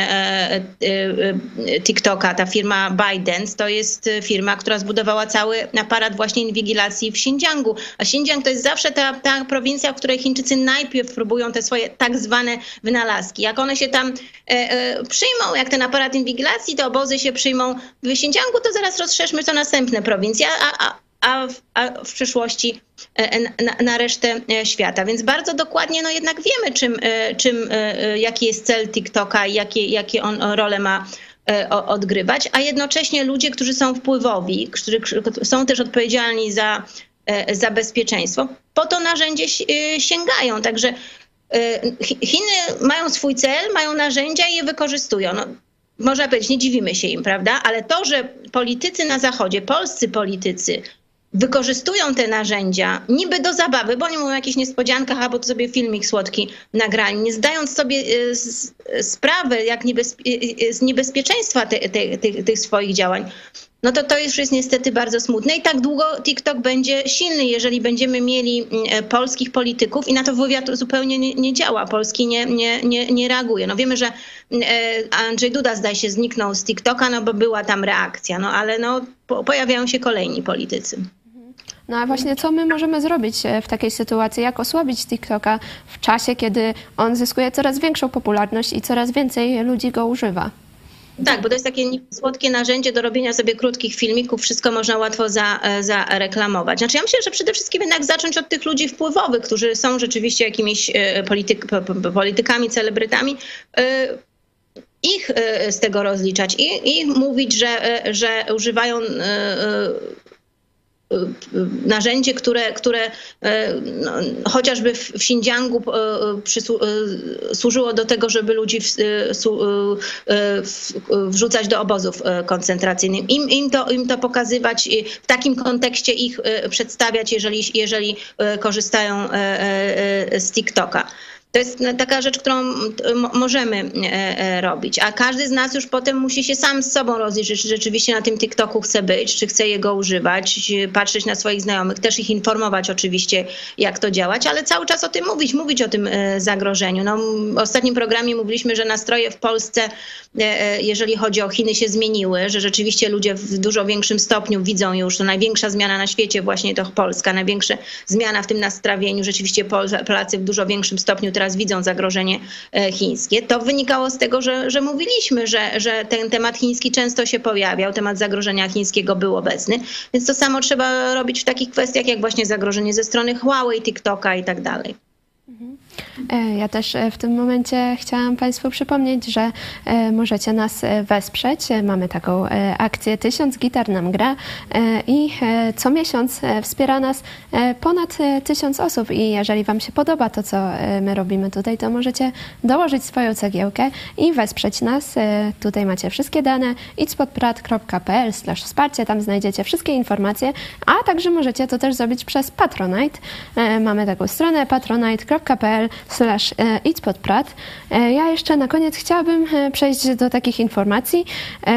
TikToka, ta firma ByteDance, to jest firma, która zbudowała cały aparat właśnie inwigilacji w Xinjiangu. A Xinjiang to jest zawsze ta prowincja, w której Chińczycy najpierw próbują te swoje tak zwane wynalazki. Jak one się tam przyjmą, jak ten aparat inwigilacji, te obozy się przyjmą w Xinjiangu, to zaraz rozszerzmy to następne prowincje, a w przyszłości na resztę świata. Więc bardzo dokładnie no jednak wiemy, jaki jest cel TikToka i jakie on rolę ma odgrywać, a jednocześnie ludzie, którzy są wpływowi, którzy są też odpowiedzialni za bezpieczeństwo, po to narzędzie sięgają. Także Chiny mają swój cel, mają narzędzia i je wykorzystują. No, można powiedzieć, nie dziwimy się im, prawda? Ale to, że politycy na Zachodzie, polscy politycy wykorzystują te narzędzia niby do zabawy, bo oni mówią o jakichś niespodziankach, albo to sobie filmik słodki nagrali, nie zdając sobie sprawy z niebezpieczeństwa tych swoich działań, no to już jest niestety bardzo smutne i tak długo TikTok będzie silny, jeżeli będziemy mieli polskich polityków i na to wywiad zupełnie nie działa. Polski nie reaguje. No wiemy, że Andrzej Duda zdaje się zniknął z TikToka, no bo była tam reakcja, no ale no pojawiają się kolejni politycy. No a właśnie co my możemy zrobić w takiej sytuacji? Jak osłabić TikToka w czasie, kiedy on zyskuje coraz większą popularność i coraz więcej ludzi go używa? Tak, bo to jest takie słodkie narzędzie do robienia sobie krótkich filmików. Wszystko można łatwo zareklamować. Znaczy ja myślę, że przede wszystkim jednak zacząć od tych ludzi wpływowych, którzy są rzeczywiście jakimiś politykami, celebrytami. Ich z tego rozliczać i mówić, że używają narzędzie, które no, chociażby w Xinjiangu służyło do tego, żeby ludzi wrzucać do obozów koncentracyjnych. Im to pokazywać, w takim kontekście ich przedstawiać, jeżeli korzystają z TikToka. To jest taka rzecz, którą możemy robić, a każdy z nas już potem musi się sam z sobą rozliczyć, czy rzeczywiście na tym TikToku chce być, czy chce jego używać, patrzeć na swoich znajomych, też ich informować oczywiście, jak to działać, ale cały czas o tym mówić o tym zagrożeniu. No, w ostatnim programie mówiliśmy, że nastroje w Polsce, jeżeli chodzi o Chiny, się zmieniły, że rzeczywiście ludzie w dużo większym stopniu widzą już, to największa zmiana na świecie właśnie to Polska, największa zmiana w tym nastawieniu, rzeczywiście Polacy w dużo większym stopniu teraz widzą zagrożenie chińskie. To wynikało z tego, że mówiliśmy, że ten temat chiński często się pojawiał, temat zagrożenia chińskiego był obecny, więc to samo trzeba robić w takich kwestiach jak właśnie zagrożenie ze strony Huawei, TikToka i tak dalej. Ja też w tym momencie chciałam Państwu przypomnieć, że możecie nas wesprzeć. Mamy taką akcję 1000 gitar nam gra i co miesiąc wspiera nas ponad 1000 osób i jeżeli Wam się podoba to, co my robimy tutaj, to możecie dołożyć swoją cegiełkę i wesprzeć nas. Tutaj macie wszystkie dane idźspodprat.pl/wsparcie, tam znajdziecie wszystkie informacje, a także możecie to też zrobić przez Patronite. Mamy taką stronę patronite.pl/idźspodprat. Ja jeszcze na koniec chciałabym przejść do takich informacji.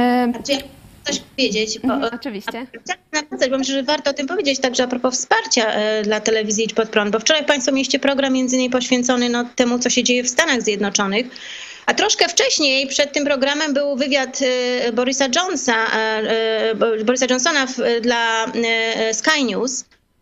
Coś powiedzieć. Oczywiście. Bo myślę, że warto o tym powiedzieć także a propos wsparcia dla telewizji Idź Pod Prąd, bo wczoraj Państwo mieliście program między innymi poświęcony temu, co się dzieje w Stanach Zjednoczonych. A troszkę wcześniej, przed tym programem, był wywiad Borisa Johnsona dla Sky News.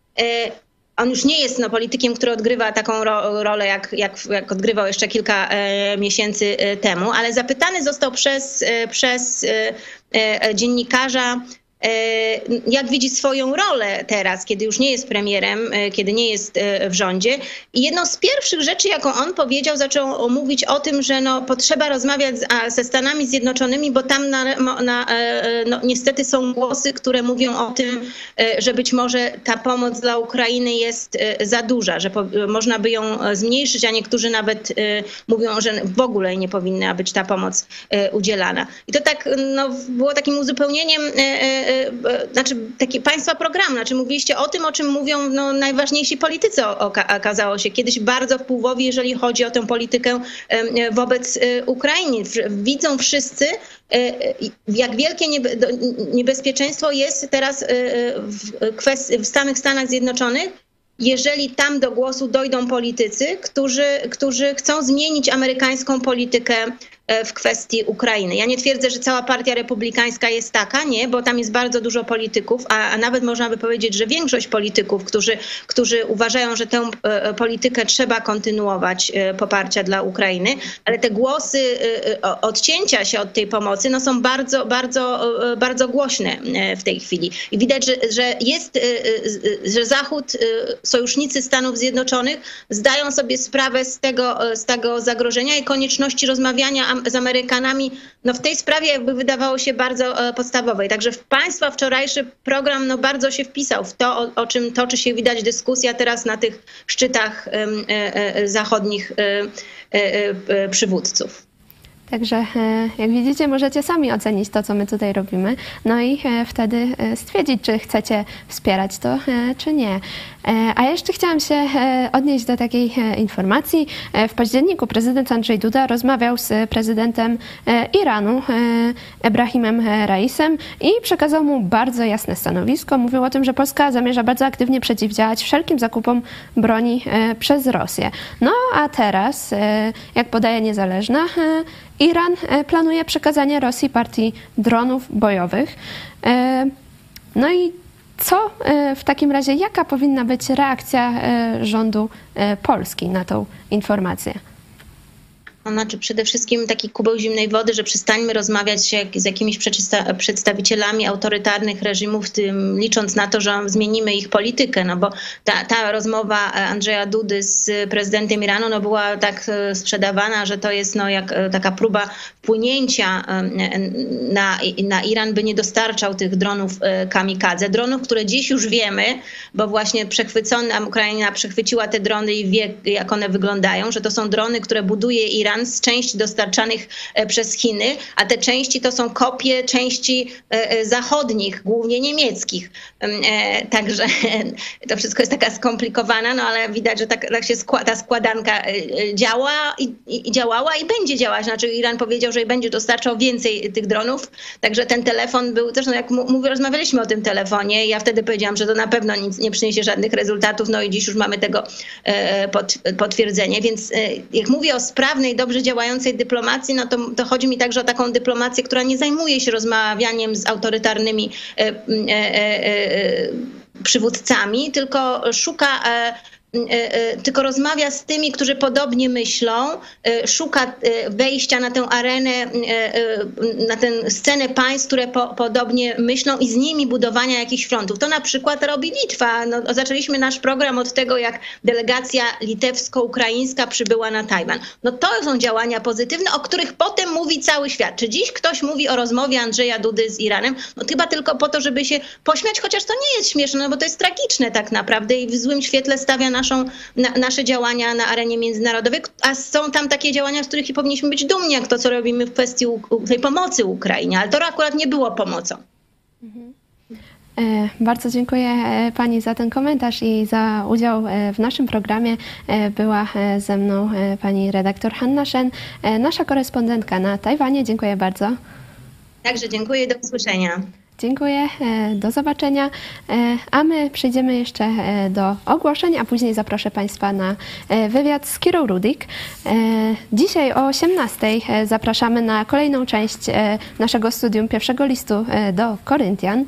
On już nie jest politykiem, który odgrywa taką rolę, jak odgrywał jeszcze kilka miesięcy temu, ale zapytany został przez dziennikarza, jak widzi swoją rolę teraz, kiedy już nie jest premierem, kiedy nie jest w rządzie. I jedną z pierwszych rzeczy, jaką on powiedział, zaczął mówić o tym, że potrzeba rozmawiać ze Stanami Zjednoczonymi, bo tam niestety są głosy, które mówią o tym, że być może ta pomoc dla Ukrainy jest za duża, że można by ją zmniejszyć, a niektórzy nawet mówią, że w ogóle nie powinna być ta pomoc udzielana. I to tak było takim uzupełnieniem, znaczy taki państwa programu, znaczy mówiliście o tym, o czym mówią najważniejsi politycy, okazało się kiedyś bardzo wpływowi, jeżeli chodzi o tę politykę wobec Ukrainy. Widzą wszyscy, jak wielkie niebezpieczeństwo jest teraz w samych Stanach Zjednoczonych, jeżeli tam do głosu dojdą politycy, którzy chcą zmienić amerykańską politykę w kwestii Ukrainy. Ja nie twierdzę, że cała partia republikańska jest taka, nie, bo tam jest bardzo dużo polityków, a nawet można by powiedzieć, że większość polityków, którzy uważają, że tę politykę trzeba kontynuować, poparcia dla Ukrainy, ale te głosy odcięcia się od tej pomocy są bardzo, bardzo, bardzo głośne w tej chwili. I widać, że Zachód, sojusznicy Stanów Zjednoczonych zdają sobie sprawę z tego zagrożenia i konieczności rozmawiania z Amerykanami w tej sprawie jakby wydawało się bardzo podstawowej. Także państwa wczorajszy program bardzo się wpisał w to, o czym toczy się widać dyskusja teraz na tych szczytach zachodnich przywódców. Także jak widzicie, możecie sami ocenić to, co my tutaj robimy, i wtedy stwierdzić, czy chcecie wspierać to, czy nie. A jeszcze chciałam się odnieść do takiej informacji. W październiku prezydent Andrzej Duda rozmawiał z prezydentem Iranu, Ebrahimem Raisem, i przekazał mu bardzo jasne stanowisko. Mówił o tym, że Polska zamierza bardzo aktywnie przeciwdziałać wszelkim zakupom broni przez Rosję. A teraz, jak podaje Niezależna, Iran planuje przekazanie Rosji partii dronów bojowych. I co w takim razie, jaka powinna być reakcja rządu Polski na tą informację? Znaczy przede wszystkim taki kubeł zimnej wody, że przestańmy rozmawiać się z jakimiś przedstawicielami autorytarnych reżimów, tym licząc na to, że zmienimy ich politykę, bo ta rozmowa Andrzeja Dudy z prezydentem Iranu była tak sprzedawana, że to jest jak taka próba wpłynięcia na Iran, by nie dostarczał tych dronów kamikadze. Dronów, które dziś już wiemy, bo właśnie Ukraina przechwyciła te drony i wie, jak one wyglądają, że to są drony, które buduje Iran z części dostarczanych przez Chiny, a te części to są kopie części zachodnich, głównie niemieckich. Także to wszystko jest taka skomplikowana, ale widać, że tak się ta składanka działała i będzie działać. Znaczy Iran powiedział, że będzie dostarczał więcej tych dronów, także ten telefon był też, jak rozmawialiśmy o tym telefonie, ja wtedy powiedziałam, że to na pewno nic nie przyniesie żadnych rezultatów, i dziś już mamy tego potwierdzenie, więc jak mówię o sprawnej, dobrze działającej dyplomacji, to chodzi mi także o taką dyplomację, która nie zajmuje się rozmawianiem z autorytarnymi przywódcami, tylko rozmawia z tymi, którzy podobnie myślą, szuka wejścia na tę arenę, na tę scenę państw, które podobnie myślą, i z nimi budowania jakichś frontów. To na przykład robi Litwa. Zaczęliśmy nasz program od tego, jak delegacja litewsko-ukraińska przybyła na Tajwan. To są działania pozytywne, o których potem mówi cały świat. Czy dziś ktoś mówi o rozmowie Andrzeja Dudy z Iranem? Chyba tylko po to, żeby się pośmiać, chociaż to nie jest śmieszne, bo to jest tragiczne tak naprawdę i w złym świetle stawia nasze działania na arenie międzynarodowej, a są tam takie działania, z których powinniśmy być dumni, jak to, co robimy w kwestii tej pomocy Ukrainie, ale to akurat nie było pomocą. Bardzo dziękuję Pani za ten komentarz i za udział w naszym programie. Była ze mną Pani redaktor Hanna Shen, nasza korespondentka na Tajwanie. Dziękuję bardzo. Także dziękuję, do usłyszenia. Dziękuję, do zobaczenia, a my przejdziemy jeszcze do ogłoszeń, a później zaproszę Państwa na wywiad z Kirą Rudik. Dzisiaj o 18:00 zapraszamy na kolejną część naszego studium pierwszego listu do Koryntian.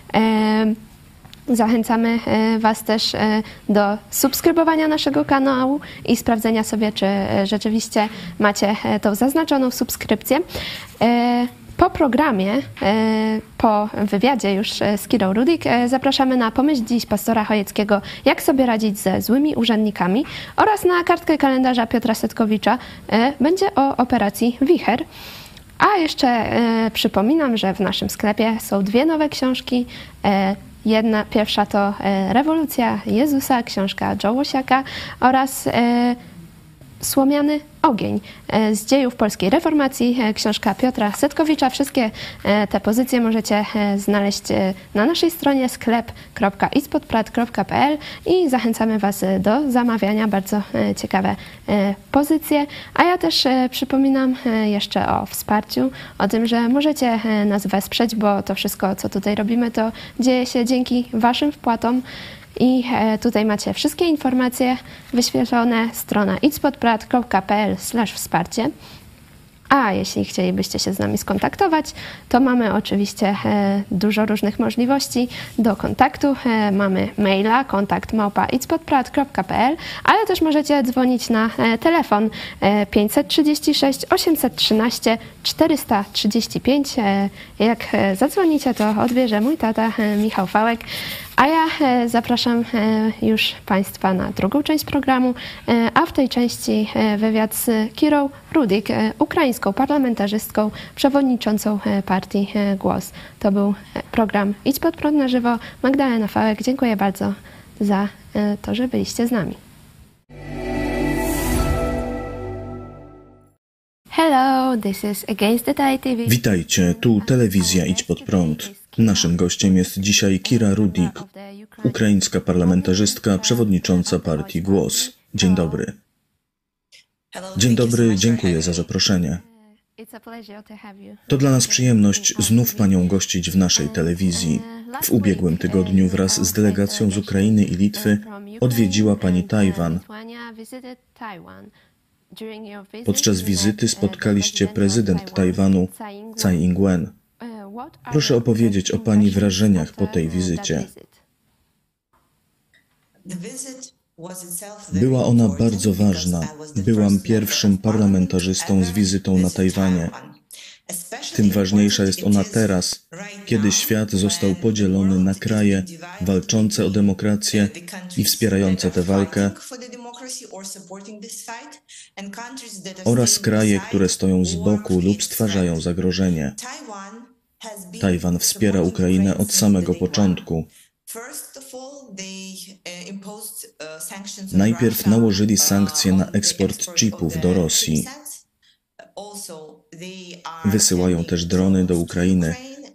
Zachęcamy Was też do subskrybowania naszego kanału i sprawdzenia sobie, czy rzeczywiście macie tą zaznaczoną subskrypcję. Po Po programie, po wywiadzie już z Kirą Rudik, zapraszamy na Pomyśl dziś pastora Chojeckiego, jak sobie radzić ze złymi urzędnikami, oraz na kartkę kalendarza Piotra Setkowicza będzie o operacji Wicher. A jeszcze przypominam, że w naszym sklepie są 2 nowe książki. Pierwsza to Rewolucja Jezusa, książka Joe Łosiaka, oraz Słomiany ogień z dziejów polskiej reformacji, książka Piotra Setkowicza. Wszystkie te pozycje możecie znaleźć na naszej stronie sklep.ispodprat.pl i zachęcamy Was do zamawiania. Bardzo ciekawe pozycje. A ja też przypominam jeszcze o wsparciu, o tym, że możecie nas wesprzeć, bo to wszystko, co tutaj robimy, to dzieje się dzięki Waszym wpłatom. I tutaj macie wszystkie informacje wyświetlone, strona ispodprat.pl/wsparcie. A jeśli chcielibyście się z nami skontaktować, to mamy oczywiście dużo różnych możliwości do kontaktu. Mamy maila kontakt@ispodprat.pl, ale też możecie dzwonić na telefon 536 813 435. Jak zadzwonicie, to odbierze mój tata Michał Fałek. A ja zapraszam już Państwa na drugą część programu, a w tej części wywiad z Kirą Rudik, ukraińską parlamentarzystką, przewodniczącą partii Głos. To był program Idź pod prąd na żywo. Magdalena Fałek, dziękuję bardzo za to, że byliście z nami. Hello, this is Against the Tide TV. Witajcie, tu telewizja Idź pod prąd. Naszym gościem jest dzisiaj Kira Rudik, ukraińska parlamentarzystka, przewodnicząca partii Głos. Dzień dobry. Dzień dobry, dziękuję za zaproszenie. To dla nas przyjemność znów Panią gościć w naszej telewizji. W ubiegłym tygodniu wraz z delegacją z Ukrainy i Litwy odwiedziła Pani Tajwan. Podczas wizyty spotkaliście prezydent Tajwanu, Tsai Ing-wen. Proszę opowiedzieć o Pani wrażeniach po tej wizycie. Była ona bardzo ważna. Byłam pierwszym parlamentarzystą z wizytą na Tajwanie. Tym ważniejsza jest ona teraz, kiedy świat został podzielony na kraje walczące o demokrację i wspierające tę walkę oraz kraje, które stoją z boku lub stwarzają zagrożenie. Tajwan wspiera Ukrainę od samego początku. Najpierw nałożyli sankcje na eksport chipów do Rosji. Wysyłają też drony do Ukrainy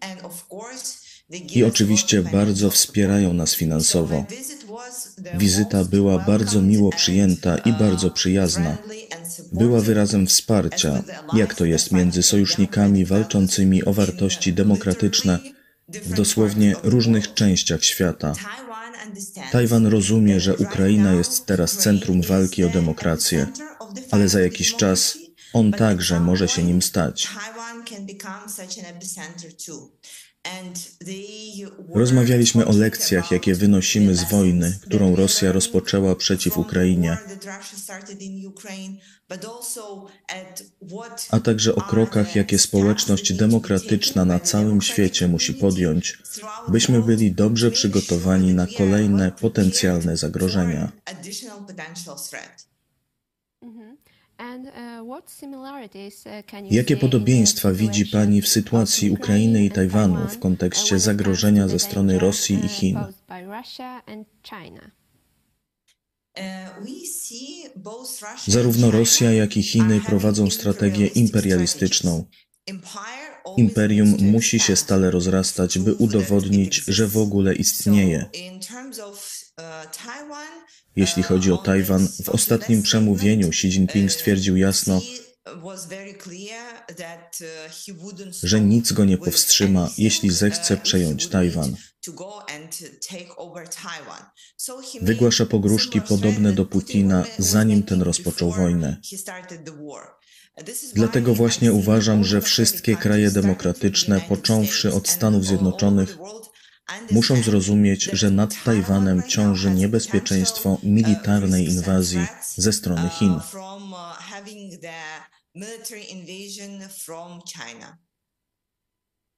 i oczywiście bardzo wspierają nas finansowo. Wizyta była bardzo miło przyjęta i bardzo przyjazna. Była wyrazem wsparcia, jak to jest między sojusznikami walczącymi o wartości demokratyczne w dosłownie różnych częściach świata. Tajwan rozumie, że Ukraina jest teraz centrum walki o demokrację, ale za jakiś czas on także może się nim stać. Rozmawialiśmy o lekcjach, jakie wynosimy z wojny, którą Rosja rozpoczęła przeciw Ukrainie, a także o krokach, jakie społeczność demokratyczna na całym świecie musi podjąć, byśmy byli dobrze przygotowani na kolejne potencjalne zagrożenia. Jakie podobieństwa widzi Pani w sytuacji Ukrainy i Tajwanu w kontekście zagrożenia ze strony Rosji i Chin? Zarówno Rosja, jak i Chiny prowadzą strategię imperialistyczną. Imperium musi się stale rozrastać, by udowodnić, że w ogóle istnieje. Jeśli chodzi o Tajwan, w ostatnim przemówieniu Xi Jinping stwierdził jasno, że nic go nie powstrzyma, jeśli zechce przejąć Tajwan. Wygłasza pogróżki podobne do Putina, zanim ten rozpoczął wojnę. Dlatego właśnie uważam, że wszystkie kraje demokratyczne, począwszy od Stanów Zjednoczonych, muszą zrozumieć, że nad Tajwanem ciąży niebezpieczeństwo militarnej inwazji ze strony Chin.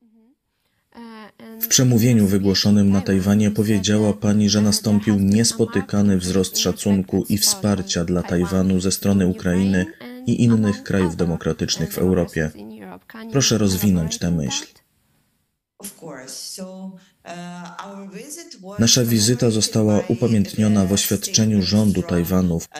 W przemówieniu wygłoszonym na Tajwanie powiedziała pani, że nastąpił niespotykany wzrost szacunku i wsparcia dla Tajwanu ze strony Ukrainy i innych krajów demokratycznych w Europie. Proszę rozwinąć tę myśl. Nasza wizyta została upamiętniona w oświadczeniu rządu Tajwanu, w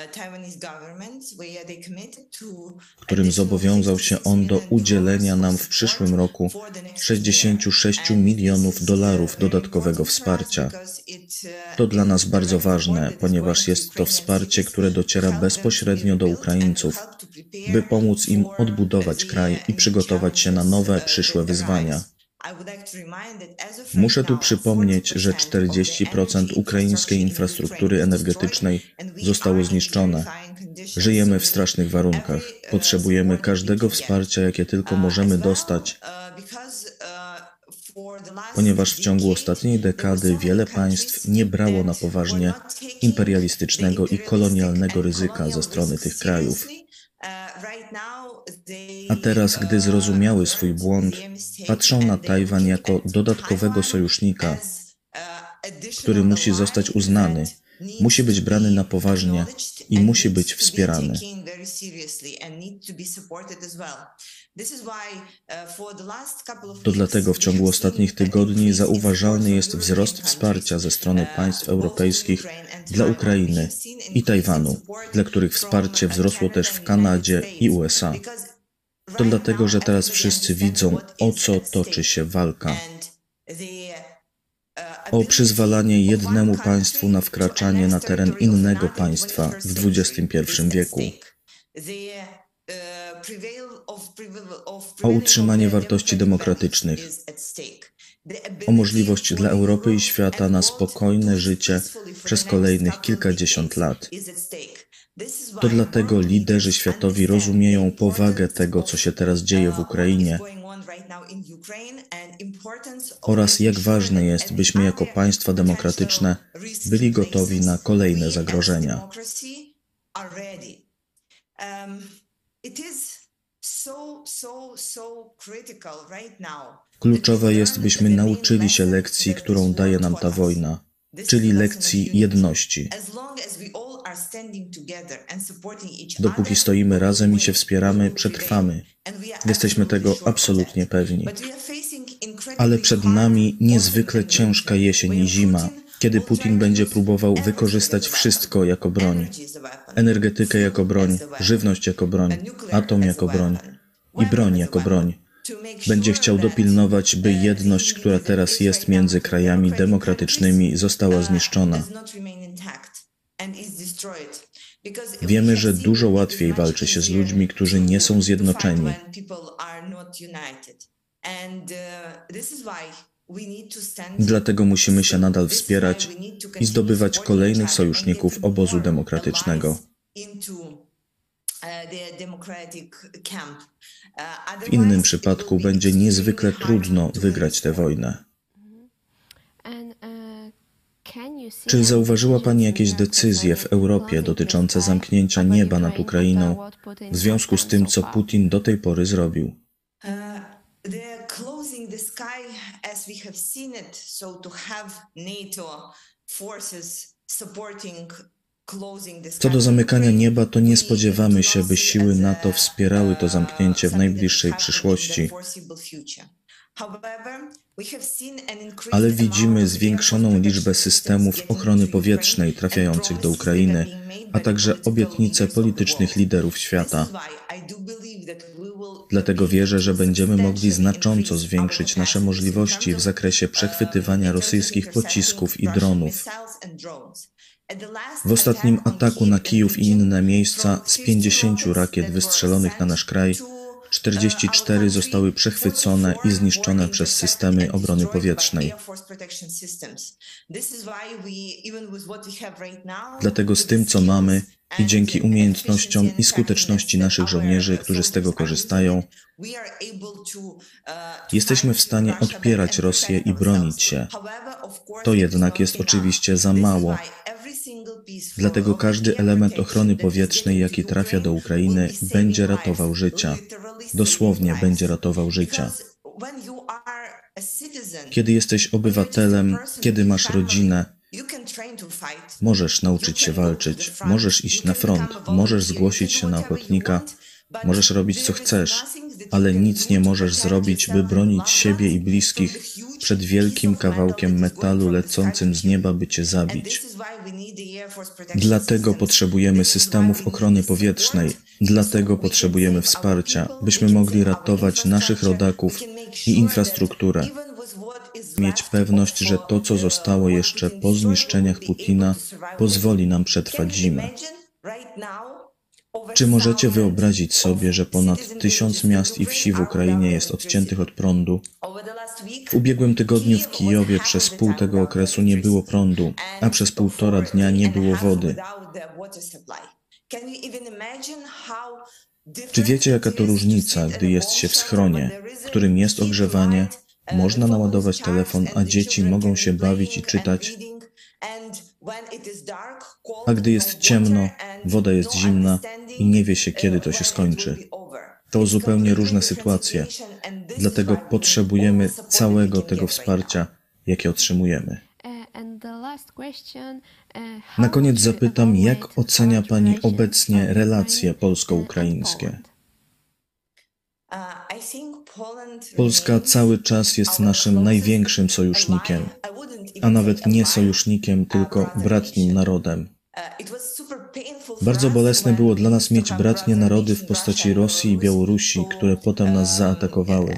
którym zobowiązał się on do udzielenia nam w przyszłym roku $66 milionów dodatkowego wsparcia. To dla nas bardzo ważne, ponieważ jest to wsparcie, które dociera bezpośrednio do Ukraińców, by pomóc im odbudować kraj i przygotować się na nowe, przyszłe wyzwania. Muszę tu przypomnieć, że 40% ukraińskiej infrastruktury energetycznej zostało zniszczone. Żyjemy w strasznych warunkach. Potrzebujemy każdego wsparcia, jakie tylko możemy dostać, ponieważ w ciągu ostatniej dekady wiele państw nie brało na poważnie imperialistycznego i kolonialnego ryzyka ze strony tych krajów. A teraz, gdy zrozumiały swój błąd, patrzą na Tajwan jako dodatkowego sojusznika, który musi zostać uznany, musi być brany na poważnie i musi być wspierany. To dlatego w ciągu ostatnich tygodni zauważalny jest wzrost wsparcia ze strony państw europejskich dla Ukrainy i Tajwanu, dla których wsparcie wzrosło też w Kanadzie i USA. To dlatego, że teraz wszyscy widzą, o co toczy się walka. O przyzwalanie jednemu państwu na wkraczanie na teren innego państwa w XXI wieku. O utrzymanie wartości demokratycznych. O możliwość dla Europy i świata na spokojne życie przez kolejnych kilkadziesiąt lat. To dlatego liderzy światowi rozumieją powagę tego, co się teraz dzieje w Ukrainie oraz jak ważne jest, byśmy jako państwa demokratyczne byli gotowi na kolejne zagrożenia. Kluczowe jest, byśmy nauczyli się lekcji, którą daje nam ta wojna, czyli lekcji jedności. Dopóki stoimy razem i się wspieramy, przetrwamy. Jesteśmy tego absolutnie pewni. Ale przed nami niezwykle ciężka jesień i zima, kiedy Putin będzie próbował wykorzystać wszystko jako broń. Energetykę jako broń, żywność jako broń, atom jako broń i broń jako broń. Będzie chciał dopilnować, by jedność, która teraz jest między krajami demokratycznymi, została zniszczona. Wiemy, że dużo łatwiej walczy się z ludźmi, którzy nie są zjednoczeni. Dlatego musimy się nadal wspierać i zdobywać kolejnych sojuszników obozu demokratycznego. W innym przypadku będzie niezwykle trudno wygrać tę wojnę. Czy zauważyła Pani jakieś decyzje w Europie dotyczące zamknięcia nieba nad Ukrainą w związku z tym, co Putin do tej pory zrobił? Co do zamykania nieba, to nie spodziewamy się, by siły NATO wspierały to zamknięcie w najbliższej przyszłości. Ale widzimy zwiększoną liczbę systemów ochrony powietrznej trafiających do Ukrainy, a także obietnice politycznych liderów świata. Dlatego wierzę, że będziemy mogli znacząco zwiększyć nasze możliwości w zakresie przechwytywania rosyjskich pocisków i dronów. W ostatnim ataku na Kijów i inne miejsca z 50 rakiet wystrzelonych na nasz kraj 44 zostały przechwycone i zniszczone przez systemy obrony powietrznej. Dlatego z tym, co mamy i dzięki umiejętnościom i skuteczności naszych żołnierzy, którzy z tego korzystają, jesteśmy w stanie odpierać Rosję i bronić się. To jednak jest oczywiście za mało. Dlatego każdy element ochrony powietrznej, jaki trafia do Ukrainy, będzie ratował życia. Dosłownie będzie ratował życia. Kiedy jesteś obywatelem, kiedy masz rodzinę, możesz nauczyć się walczyć, możesz iść na front, możesz zgłosić się na ochotnika, możesz robić co chcesz, ale nic nie możesz zrobić, by bronić siebie i bliskich przed wielkim kawałkiem metalu lecącym z nieba, by cię zabić. Dlatego potrzebujemy systemów ochrony powietrznej, dlatego potrzebujemy wsparcia, byśmy mogli ratować naszych rodaków i infrastrukturę. Mieć pewność, że to, co zostało jeszcze po zniszczeniach Putina, pozwoli nam przetrwać zimę. Czy możecie wyobrazić sobie, że ponad 1000 miast i wsi w Ukrainie jest odciętych od prądu? W ubiegłym tygodniu w Kijowie przez pół tego okresu nie było prądu, a przez 1,5 dnia nie było wody. Czy wiecie, jaka to różnica, gdy jest się w schronie, w którym jest ogrzewanie, można naładować telefon, a dzieci mogą się bawić i czytać? A gdy jest ciemno, woda jest zimna i nie wie się, kiedy to się skończy. To zupełnie różne sytuacje, dlatego potrzebujemy całego tego wsparcia, jakie otrzymujemy. Na koniec zapytam, jak ocenia Pani obecnie relacje polsko-ukraińskie? Polska cały czas jest naszym największym sojusznikiem, a nawet nie sojusznikiem, tylko bratnim narodem. Bardzo bolesne było dla nas mieć bratnie narody w postaci Rosji i Białorusi, które potem nas zaatakowały.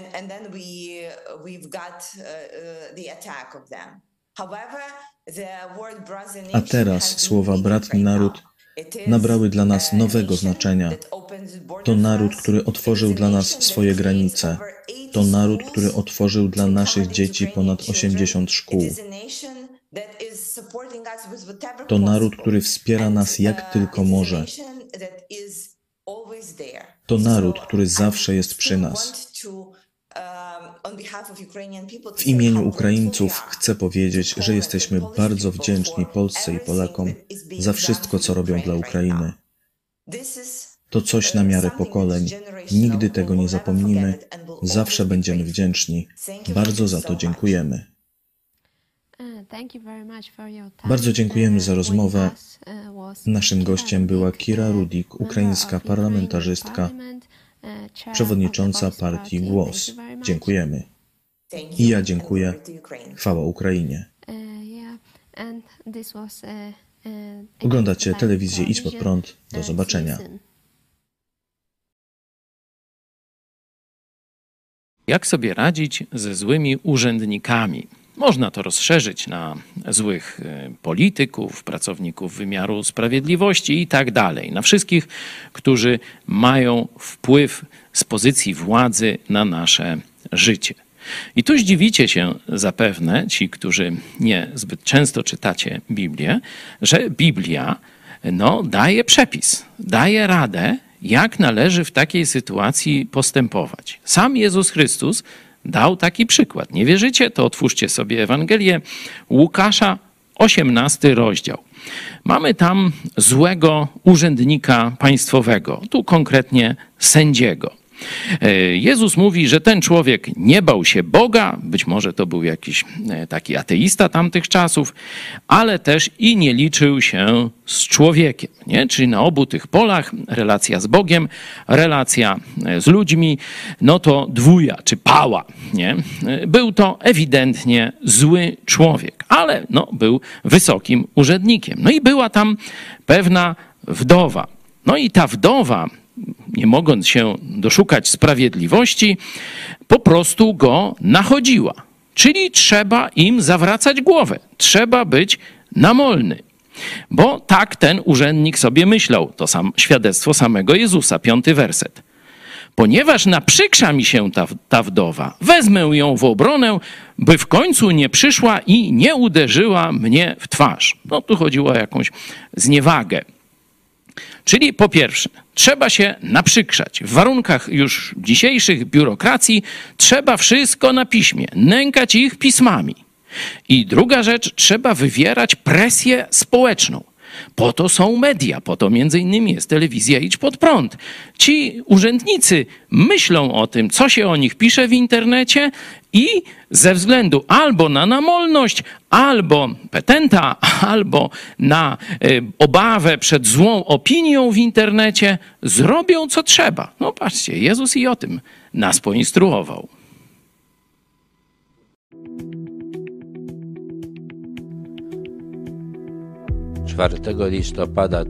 A teraz słowa bratni naród nabrały dla nas nowego znaczenia. To naród, który otworzył dla nas swoje granice. To naród, który otworzył dla naszych dzieci ponad 80 szkół. To naród, który wspiera nas jak tylko może. To naród, który zawsze jest przy nas. W imieniu Ukraińców chcę powiedzieć, że jesteśmy bardzo wdzięczni Polsce i Polakom za wszystko, co robią dla Ukrainy. To coś na miarę pokoleń. Nigdy tego nie zapomnimy. Zawsze będziemy wdzięczni. Bardzo za to dziękujemy. Bardzo dziękujemy za rozmowę. Naszym gościem była Kira Rudik, ukraińska parlamentarzystka, przewodnicząca partii Głos. Dziękujemy. I ja dziękuję. Chwała Ukrainie. Oglądacie telewizję Idź Pod Prąd. Do zobaczenia. Jak sobie radzić ze złymi urzędnikami? Można to rozszerzyć na złych polityków, pracowników wymiaru sprawiedliwości i tak dalej. Na wszystkich, którzy mają wpływ z pozycji władzy na nasze życie. I tu zdziwicie się zapewne, ci, którzy nie zbyt często czytacie Biblię, że Biblia daje przepis, daje radę, jak należy w takiej sytuacji postępować. Sam Jezus Chrystus dał taki przykład. Nie wierzycie? To otwórzcie sobie Ewangelię Łukasza, 18 rozdział. Mamy tam złego urzędnika państwowego, tu konkretnie sędziego. Jezus mówi, że ten człowiek nie bał się Boga, być może to był jakiś taki ateista tamtych czasów, ale też i nie liczył się z człowiekiem. Nie? Czyli na obu tych polach relacja z Bogiem, relacja z ludźmi, to dwuja czy pała. Nie? Był to ewidentnie zły człowiek, ale był wysokim urzędnikiem. I była tam pewna wdowa. I ta wdowa, nie mogąc się doszukać sprawiedliwości, po prostu go nachodziła. Czyli trzeba im zawracać głowę. Trzeba być namolny. Bo tak ten urzędnik sobie myślał. To świadectwo samego Jezusa, 5 werset. Ponieważ naprzykrza mi się ta wdowa, wezmę ją w obronę, by w końcu nie przyszła i nie uderzyła mnie w twarz. Tu chodziło o jakąś zniewagę. Czyli po pierwsze, trzeba się naprzykrzać. W warunkach już dzisiejszych biurokracji trzeba wszystko na piśmie, nękać ich pismami. I druga rzecz, trzeba wywierać presję społeczną. Po to są media, po to między innymi jest telewizja Idź Pod Prąd. Ci urzędnicy myślą o tym, co się o nich pisze w internecie i ze względu albo na namolność, albo petenta, albo na obawę przed złą opinią w internecie zrobią co trzeba. No patrzcie, Jezus i o tym nas poinstruował. 4 listopada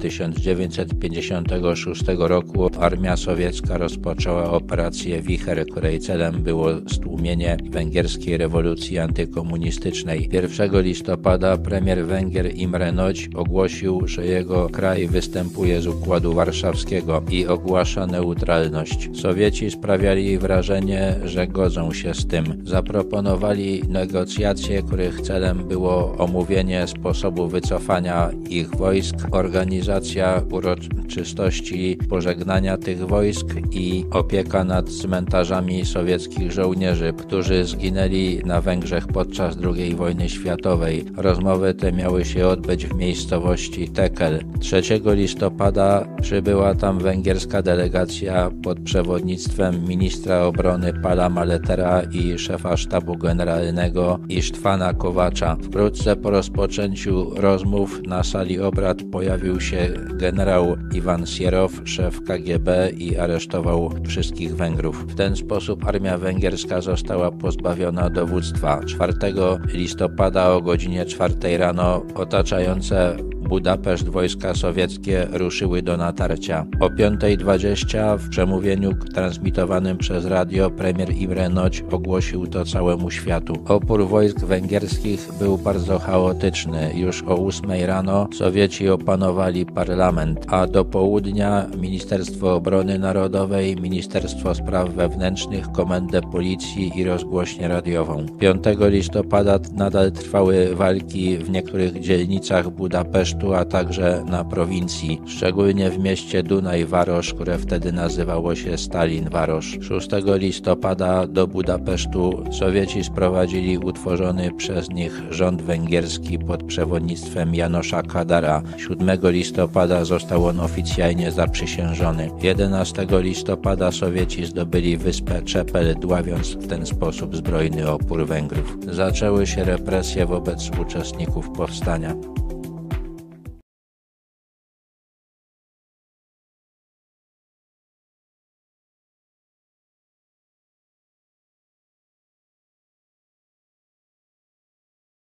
1956 roku armia sowiecka rozpoczęła operację Wicher, której celem było stłumienie węgierskiej rewolucji antykomunistycznej. 1 listopada premier Węgier Imre Nagy ogłosił, że jego kraj występuje z Układu Warszawskiego i ogłasza neutralność. Sowieci sprawiali wrażenie, że godzą się z tym. Zaproponowali negocjacje, których celem było omówienie sposobu wycofania ich wojsk, organizacja uroczystości pożegnania tych wojsk i opieka nad cmentarzami sowieckich żołnierzy, którzy zginęli na Węgrzech podczas II wojny światowej. Rozmowy te miały się odbyć w miejscowości Tekel. 3 listopada przybyła tam węgierska delegacja pod przewodnictwem ministra obrony Pala Maletera i szefa sztabu generalnego Isztwana Kowacza. Wkrótce po rozpoczęciu rozmów na sali obrad pojawił się generał Iwan Sierow, szef KGB i aresztował wszystkich Węgrów. W ten sposób armia węgierska została pozbawiona dowództwa. 4 listopada o godzinie 4 rano otaczające Budapeszt wojska sowieckie ruszyły do natarcia. O 5:20 w przemówieniu transmitowanym przez radio premier Imre Nagy ogłosił to całemu światu. Opór wojsk węgierskich był bardzo chaotyczny. Już o 8 rano Sowieci opanowali parlament, a do południa Ministerstwo Obrony Narodowej, Ministerstwo Spraw Wewnętrznych, Komendę Policji i rozgłośnię radiową. 5 listopada nadal trwały walki w niektórych dzielnicach Budapesztu, a także na prowincji, szczególnie w mieście Dunaj-Warosz, które wtedy nazywało się Stalin-Warosz. 6 listopada do Budapesztu Sowieci sprowadzili utworzony przez nich rząd węgierski pod przewodnictwem Janosza Kadara. 7 listopada został on oficjalnie zaprzysiężony. 11 listopada Sowieci zdobyli wyspę Czepel, dławiąc w ten sposób zbrojny opór Węgrów. Zaczęły się represje wobec uczestników powstania.